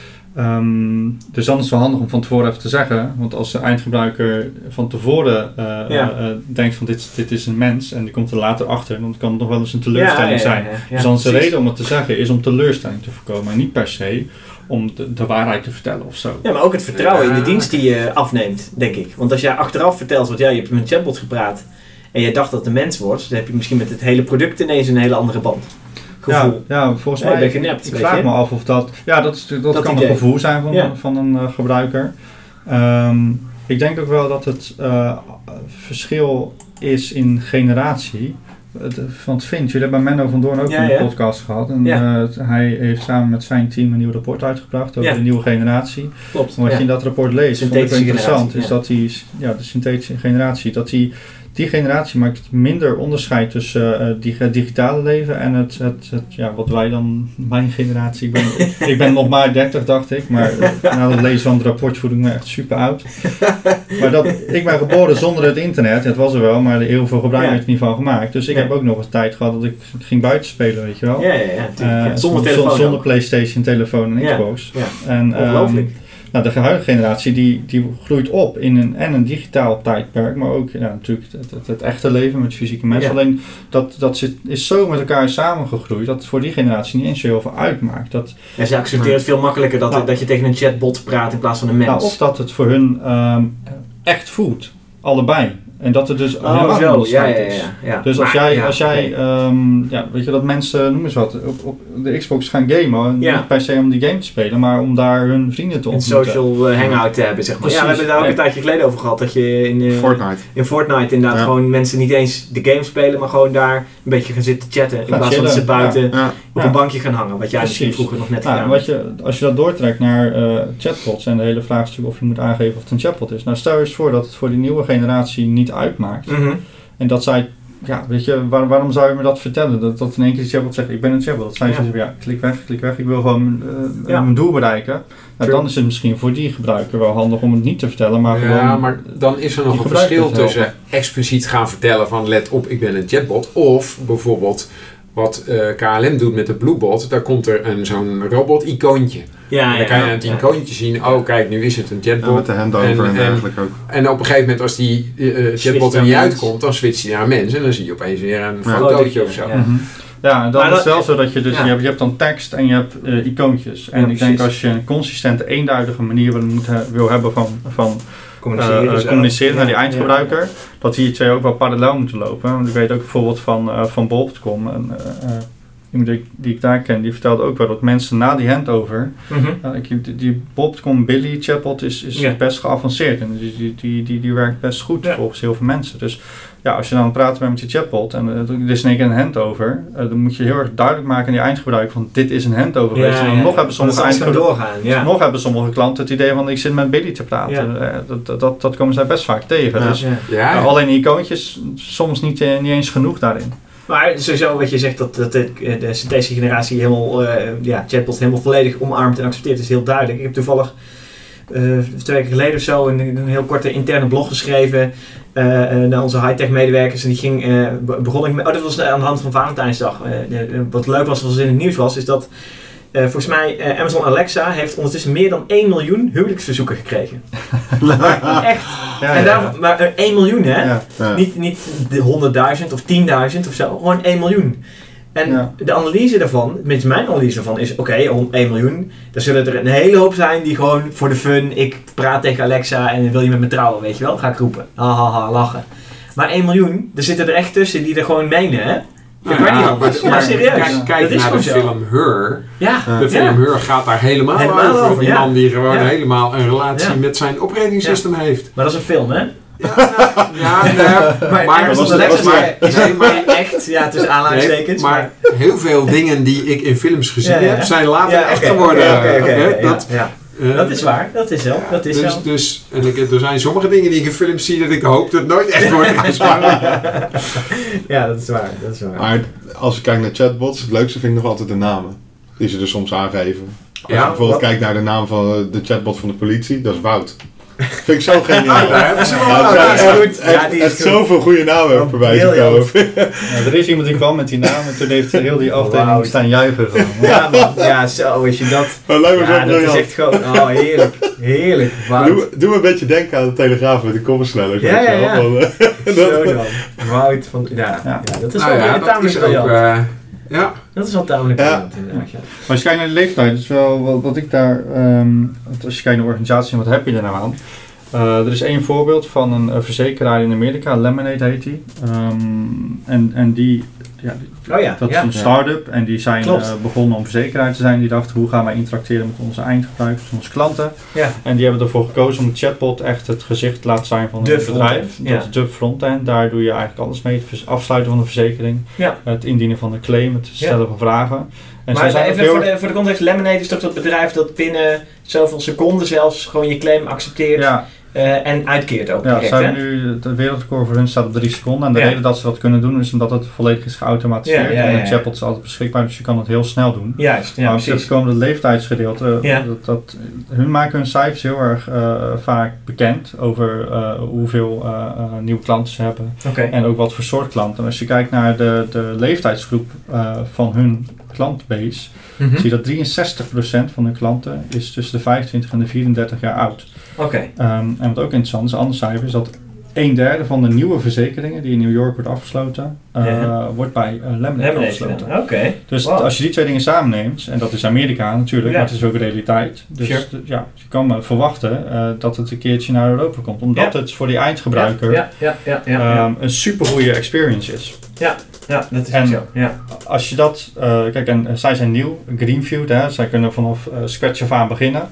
Um, dus dan is het wel handig om van tevoren even te zeggen, want als de eindgebruiker van tevoren uh, ja. uh, uh, denkt van dit, dit is een mens en die komt er later achter, dan kan het nog wel eens een teleurstelling ja, ja, ja, ja, ja. zijn. Ja, dus dan is de reden om het te zeggen is om teleurstelling te voorkomen en niet per se om de, de waarheid te vertellen of zo. Ja, maar ook het vertrouwen ja. in de dienst die je afneemt, denk ik. Want als jij achteraf vertelt, want ja, je hebt met een chatbot gepraat en je dacht dat het een mens wordt, dan heb je misschien met het hele product ineens een hele andere band. Ja, ja, volgens mij, ja, ben genept, ik vraag je? me af of dat, ja, dat, dat, dat kan idee. een gevoel zijn van, ja. van een uh, gebruiker. Um, ik denk ook wel dat het uh, verschil is in generatie. Want Finch, jullie hebben bij Menno van Doorn ook ja, een ja. podcast gehad. En ja. uh, hij heeft samen met zijn team een nieuw rapport uitgebracht over ja. de nieuwe generatie. Klopt. En wat ja. je in dat rapport leest, vond ik wel interessant, is ja. dat die, ja, de synthetische generatie, dat die Die generatie maakt minder onderscheid tussen uh, die digitale leven en het, het, het, ja, wat wij dan, mijn generatie, ik ben, ik ben nog maar dertig dacht ik, maar na het lezen van het rapport voel ik me echt super oud. Maar dat, ik ben geboren zonder het internet, het was er wel, maar heel veel gebruik ja. heeft er niet van gemaakt. Dus ik ja. heb ook nog eens tijd gehad dat ik ging buiten spelen, weet je wel. Ja, ja, ja. Uh, zonder telefoon Zonder ook. PlayStation, telefoon en Xbox. Ja. Ja. En, ongelooflijk. Um, Nou, de huidige generatie die, die groeit op in een, en een digitaal tijdperk, maar ook ja, natuurlijk het, het, het echte leven met fysieke mensen. Ja. Alleen dat, dat zit, is zo met elkaar samengegroeid dat het voor die generatie niet eens zo heel veel uitmaakt. Dat, ja, ze accepteren het veel makkelijker dat, nou, dat je tegen een chatbot praat in plaats van een mens. Nou, of dat het voor hun um, echt voelt, allebei. En dat er dus oh, helemaal zo. onderscheid ja, ja, is. Ja, ja. Dus als maar, jij, ja, als jij okay. um, ja, weet je dat mensen, noem eens wat, op, op de Xbox gaan gamen, ja. niet per se om die game te spelen, maar om daar hun vrienden te ontmoeten. Een social uh, hangout te hebben, zeg maar. Precies. Ja, we hebben daar ook een tijdje geleden over gehad, dat je in, uh, Fortnite. in Fortnite inderdaad ja. gewoon mensen niet eens de game spelen, maar gewoon daar een beetje gaan zitten chatten, in plaats van dat ze buiten ja. Ja. op ja. een bankje gaan hangen, wat jij misschien vroeger nog net nou, gedaan wat je, als je dat doortrekt naar uh, chatbots en de hele vraagstuk of je moet aangeven of het een chatbot is. Nou, stel je eens voor dat het voor die nieuwe generatie niet uitmaakt. Mm-hmm. En dat zij, ja, weet je, waar, waarom zou je me dat vertellen? Dat, dat in één keer de chatbot zegt, ik ben een chatbot. Dat zij ja. zeggen, ja, klik weg, klik weg, ik wil gewoon uh, ja. mijn doel bereiken. Nou, dan is het misschien voor die gebruiker wel handig om het niet te vertellen, maar gewoon... Ja, maar dan is er nog een verschil tussen expliciet gaan vertellen van, let op, ik ben een chatbot. Of bijvoorbeeld, wat uh, K L M doet met de Bluebot, daar komt er een, zo'n robot-icoontje. Ja, en dan kan je het icoontje zien, oh kijk, nu is het een chatbot. Ja, met de handover en dergelijke ook. En op een gegeven moment, als die uh, chatbot er niet uitkomt, dan switcht hij naar een mens en dan zie je opeens weer een ja. fotootje of zo. Ja, mm-hmm. ja en dan maar is het wel zo dat je dus, ja. je, hebt, je hebt dan tekst en je hebt uh, icoontjes. En ja, ik precies. denk als je een consistente, eenduidige manier wil, moet he, wil hebben van... van communiceren, uh, communiceren naar die eindgebruiker, ja, ja. dat die twee ook wel parallel moeten lopen. Want ik weet ook bijvoorbeeld van, uh, van bol punt com, en, uh, uh, iemand die, die ik daar ken, die vertelde ook wel dat mensen na die handover, mm-hmm. uh, die, die bol punt com Billy chatbot is, is ja. best geavanceerd en die, die, die, die, die werkt best goed ja. volgens heel veel mensen. Dus ja, als je dan praat bent met je chatbot en uh, er is in één keer een handover, uh, dan moet je heel erg duidelijk maken aan die eindgebruiker van dit is een handover geweest. Ja, en dan ja. nog hebben sommige eindgebruikers, ja. nog hebben sommige klanten het idee van ik zit met Billy te praten. Ja. Uh, dat, dat, dat komen zij best vaak tegen. Ja. Dus ja. Ja. Uh, alleen icoontjes soms niet, uh, niet eens genoeg daarin. Maar sowieso wat je zegt dat, dat de, de synthetische generatie helemaal, uh, ja, chatbot helemaal volledig omarmt en accepteert is heel duidelijk. Ik heb toevallig uh, twee weken geleden of zo een, een heel korte interne blog geschreven uh, naar onze high-tech medewerkers en die ging, uh, begon ik met, oh dat was aan de hand van Valentijnsdag. Uh, de, wat leuk was, wat in het nieuws was, is dat Uh, volgens mij, uh, Amazon Alexa heeft ondertussen meer dan één miljoen huwelijksverzoeken gekregen. Maar echt. Ja, en daarvan, ja. Maar uh, één miljoen hè? Ja, ja. Niet, niet de honderdduizend of tienduizend of zo, gewoon één miljoen. En ja. de analyse daarvan, tenminste mijn analyse daarvan is, oké, okay, één miljoen. Dan zullen er een hele hoop zijn die gewoon voor de fun, ik praat tegen Alexa en wil je met me trouwen, weet je wel? Ga ik roepen. Ha, ha, ha, lachen. Maar één miljoen, er zitten er echt tussen die er gewoon menen, hè? Ik weet niet anders. Maar, maar serieus. Kijk, kijk naar de film Her. Ja. De film ja. Her gaat daar helemaal, helemaal over. Over een ja. man die gewoon ja. helemaal een relatie ja. met zijn operating system ja. heeft. Maar dat is een film, hè? Ja, nou, ja nee, maar, maar, was was was maar, nee, maar echt, ja, tussen aanhalingstekens. Nee, maar, maar heel veel dingen die ik in films gezien ja, ja. heb, zijn later ja, echt okay, geworden. Okay, okay, okay, dat, ja, ja. Uh, dat is waar, dat is zo. Dat is dus, zo. Dus, en ik, er zijn sommige dingen die ik in films zie dat ik hoop dat het nooit echt wordt uitgesproken. Ja, dat is waar, dat is waar. Maar als je kijkt naar chatbots, het leukste vind ik nog altijd de namen. Die ze er soms aangeven. Als ja, je bijvoorbeeld wat? kijkt naar de naam van de chatbot van de politie, dat is Wout. Vind ik zo geniaal. Daar hebben ze wel Ja, aan. ja, Ja, echt, echt, echt zoveel goede namen hebben voorbij gekomen. Ja, er is iemand die kwam met die naam en toen heeft heel die afdeling Wow. staan juichen. Gewoon. Ja, man. Ja, zo, als je dat... Maar lijkt me zo Ja, dat is briljant. echt gewoon... Oh, heerlijk. Heerlijk. Wout. Doe, doe me een beetje denken aan de Telegraaf met de kommersnellers. Ja, weet je ja, wel, ja. van, eh, Zo dat- dan. Wout van... Ja, ja. Ja. dat is Nou wel ja, weer dat tamelijk is ook... briljant. eh, ja. Dat is wel tamelijk Ja. briljant inderdaad, ja. Maar als je kijkt naar de leeftijd, is wel wat, wat ik daar, um, als je kijkt naar de organisatie, wat heb je er nou aan? Uh, er is één voorbeeld van een, een verzekeraar in Amerika, Lemonade heet die. Um, en, en die, ja, die, Oh ja, dat is ja. een start-up en die zijn uh, Klopt. begonnen om verzekeraar te zijn. Die dachten, hoe gaan wij interacteren met onze eindgebruikers, onze klanten? Ja. En die hebben ervoor gekozen om de chatbot echt het gezicht te laten zijn van De het bedrijf. frontend, Dat ja. is de frontend. Daar doe je eigenlijk alles mee. Het vers- afsluiten van de verzekering, Ja. het indienen van de claim, het stellen van vragen. En zij Maar zijn ook even heel voor erg- de, voor de context, Lemonade is toch dat bedrijf dat binnen zoveel seconden zelfs gewoon je claim accepteert ja, uh, en uitkeert ook Ja, direct, ze hè? hebben nu, de wereldrecord voor hun staat op drie seconden. En de Ja. reden dat ze dat kunnen doen is omdat het volledig is geautomatiseerd. Ja, ja, ja, En ja. de chatbot is altijd beschikbaar, dus je kan het heel snel doen. Juist, ja, maar als je het precies. komende leeftijdsgedeelte, Ja. dat, dat, hun maken hun cijfers heel erg uh, vaak bekend over uh, hoeveel uh, uh, nieuwe klanten ze hebben. Oké. En ook wat voor soort klanten. En als je kijkt naar de, de leeftijdsgroep uh, van hun klantbase, Mhm. zie je dat drieënzestig procent van hun klanten is tussen de vijfentwintig en de vierendertig jaar oud. Oké. Um, en wat ook interessant is, een ander cijfer, is dat een derde van de nieuwe verzekeringen die in New York wordt afgesloten, uh, Ja. wordt bij uh, Lemonade Lemonade afgesloten. gedaan. Oké. Dus Wow. als je die twee dingen samenneemt, en dat is Amerika natuurlijk, Ja. maar het is ook realiteit. Dus Sure. d- ja, je kan maar verwachten uh, dat het een keertje naar Europa komt. Omdat Ja. het voor die eindgebruiker Ja, ja, ja, ja, ja. um, een super goede experience is. Ja, dat is en- ook zo. Ja. Als je dat, uh, kijk, en uh, zij zijn nieuw, Greenfield, hè, zij kunnen vanaf uh, scratch af aan beginnen.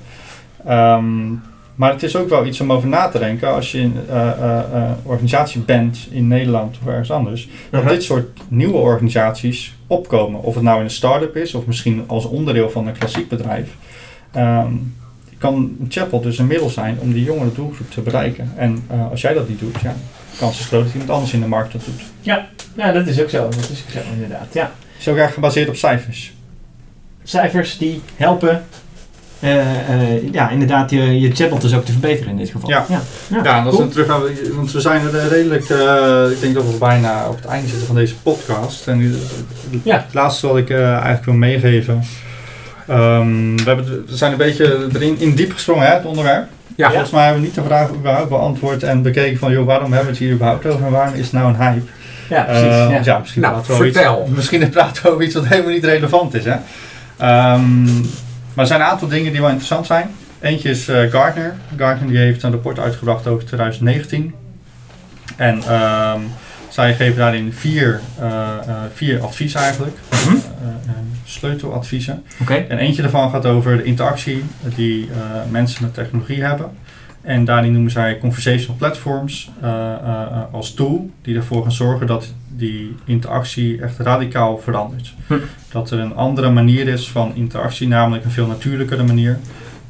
Um, maar het is ook wel iets om over na te denken als je een uh, uh, uh, organisatie bent in Nederland of ergens anders. Dat Uh-huh. dit soort nieuwe organisaties opkomen. Of het nou in een start-up is of misschien als onderdeel van een klassiek bedrijf. Um, kan een chatbot dus een middel zijn om die jongere doelgroep te bereiken. En uh, als jij dat niet doet, ja, de kans is groot dat iemand anders in de markt dat doet. Ja, dat is ook zo. Dat is ook zo, inderdaad. Ja. Het is ook erg gebaseerd op cijfers. Cijfers die helpen, uh, uh, ja, inderdaad, je, je chatbot dus ook te verbeteren in dit geval. Ja. ja. Ja, en als cool. we terug gaan, want we zijn er redelijk, uh, ik denk dat we bijna op het einde zitten van deze podcast. En nu, Ja. het laatste wat ik uh, eigenlijk wil meegeven. Um, we, hebben, we zijn een beetje erin in diep gesprongen, hè, het onderwerp. Ja. Volgens mij hebben we niet de vraag überhaupt beantwoord en bekeken van, joh, waarom hebben we het hier überhaupt over en waarom is het nou een hype? Ja, precies. Uh, ja. want ja, misschien Nou, praten we over vertel. iets, misschien praten we over iets wat helemaal niet relevant is. Hè? Um, maar er zijn een aantal dingen die wel interessant zijn. Eentje is uh, Gartner. Gartner die heeft een rapport uitgebracht over twintig negentien. En um, zij geven daarin vier, uh, uh, vier adviezen eigenlijk. Mhm. Uh, uh, sleuteladviezen. Oké. En eentje daarvan gaat over de interactie die uh, mensen met technologie hebben. En daarin noemen zij conversational platforms uh, uh, als tool die ervoor gaan zorgen dat die interactie echt radicaal verandert. Hm. Dat er een andere manier is van interactie, namelijk een veel natuurlijkere manier.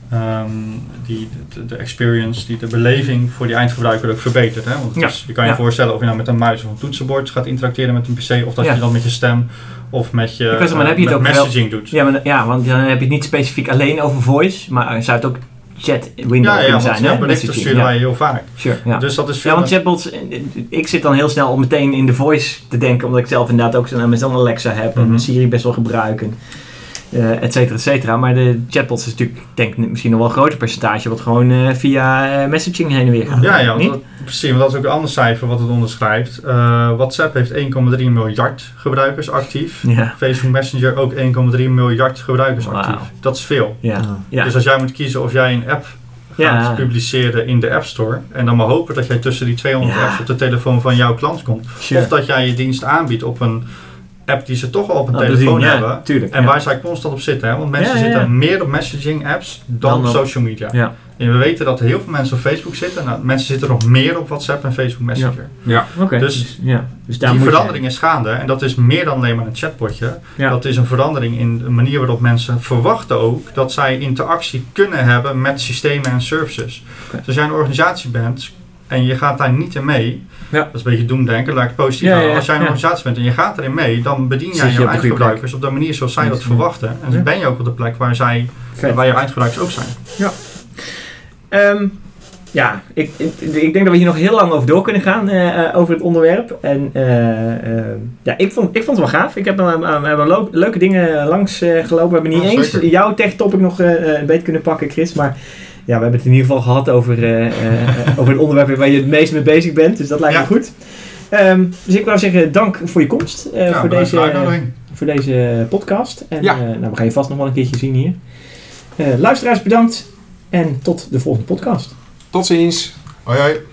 Um, die de, de experience, die de beleving voor die eindgebruiker ook verbetert. Hè? Want het Ja. is, je kan je Ja. voorstellen of je nou met een muis of een toetsenbord gaat interacteren met een pc, of dat Ja. je dan met je stem of met je Ik weet het, maar dan uh, heb je het met ook wel- messaging doet. Ja, maar, ja, want dan heb je het niet specifiek alleen over voice, maar zou het ook chat window Ja, ja, kunnen want zijn, ja, hè? berichten Messaging, sturen ja. wij heel vaak. Sure, ja. Dus dat is veel. Ja, want chatbots, eh, ik zit dan heel snel om meteen in de voice te denken, omdat ik zelf inderdaad ook zo'n Amazon Alexa heb en Mhm. mijn Siri best wel gebruik, en, uh, et cetera, et cetera. Maar de chatbots is natuurlijk, ik denk misschien nog wel een groter percentage wat gewoon uh, via uh, messaging heen en weer gaat. Ja, ja, want Niet? dat, precies, want dat is ook een ander cijfer wat het onderschrijft. Uh, WhatsApp heeft één komma drie miljard gebruikers actief. Ja, Facebook Messenger ook één komma drie miljard gebruikers Wauw. actief. Dat is veel. ja, ja. Dus als jij moet kiezen of jij een app gaat Ja. publiceren in de App Store en dan maar hopen dat jij tussen die tweehonderd Ja. apps op de telefoon van jouw klant komt. Sure. Of dat jij je dienst aanbiedt op een app die ze toch al op een Dat telefoon bezien, ja, hebben. tuurlijk, En ja. waar zij constant op zitten. Hè? Want mensen Ja, ja, ja. zitten meer op messaging apps dan, Dan op op- social media. Ja. En we weten dat heel veel mensen op Facebook zitten. Nou, mensen zitten nog meer op WhatsApp en Facebook Messenger. Ja. Oké. Dus Dus, ja. dus daar Die moet je- verandering is gaande. En dat is meer dan alleen maar een chatbotje. Ja. Dat is een verandering in de manier waarop mensen verwachten ook dat zij interactie kunnen hebben met systemen en services. Oké. Dus als jij een organisatie bent en je gaat daar niet in mee. Ja. Dat is een beetje doemdenken, laat ik het positief Ja, houden. ja, Als jij een ja. organisatie bent en je gaat erin mee, dan bedien Zit jij je jouw op de goede eindgebruikers op de manier zoals zij dat Ja. verwachten. En dan Ja. ben je ook op de plek waar, zij, Vet. waar jouw eindgebruikers ook zijn. Ehm, ja, ik, ik, ik denk dat we hier nog heel lang over door kunnen gaan, uh, over het onderwerp. En uh, uh, ja, ik vond, ik vond het wel gaaf. Ik heb, uh, we hebben lo- leuke dingen langs uh, gelopen. We hebben niet ja, eens zeker. jouw tech topic nog uh, een beetje kunnen pakken, Chris. Maar ja, we hebben het in ieder geval gehad over, uh, uh, over het onderwerp waar je het meest mee bezig bent. Dus dat lijkt ja. me goed. Um, dus ik wou zeggen, dank voor je komst. Uh, ja, voor, deze, uh, voor deze podcast. En ja. uh, nou, we gaan je vast nog wel een keertje zien hier. Uh, luisteraars bedankt. En tot de volgende podcast. Tot ziens. Hoi hoi.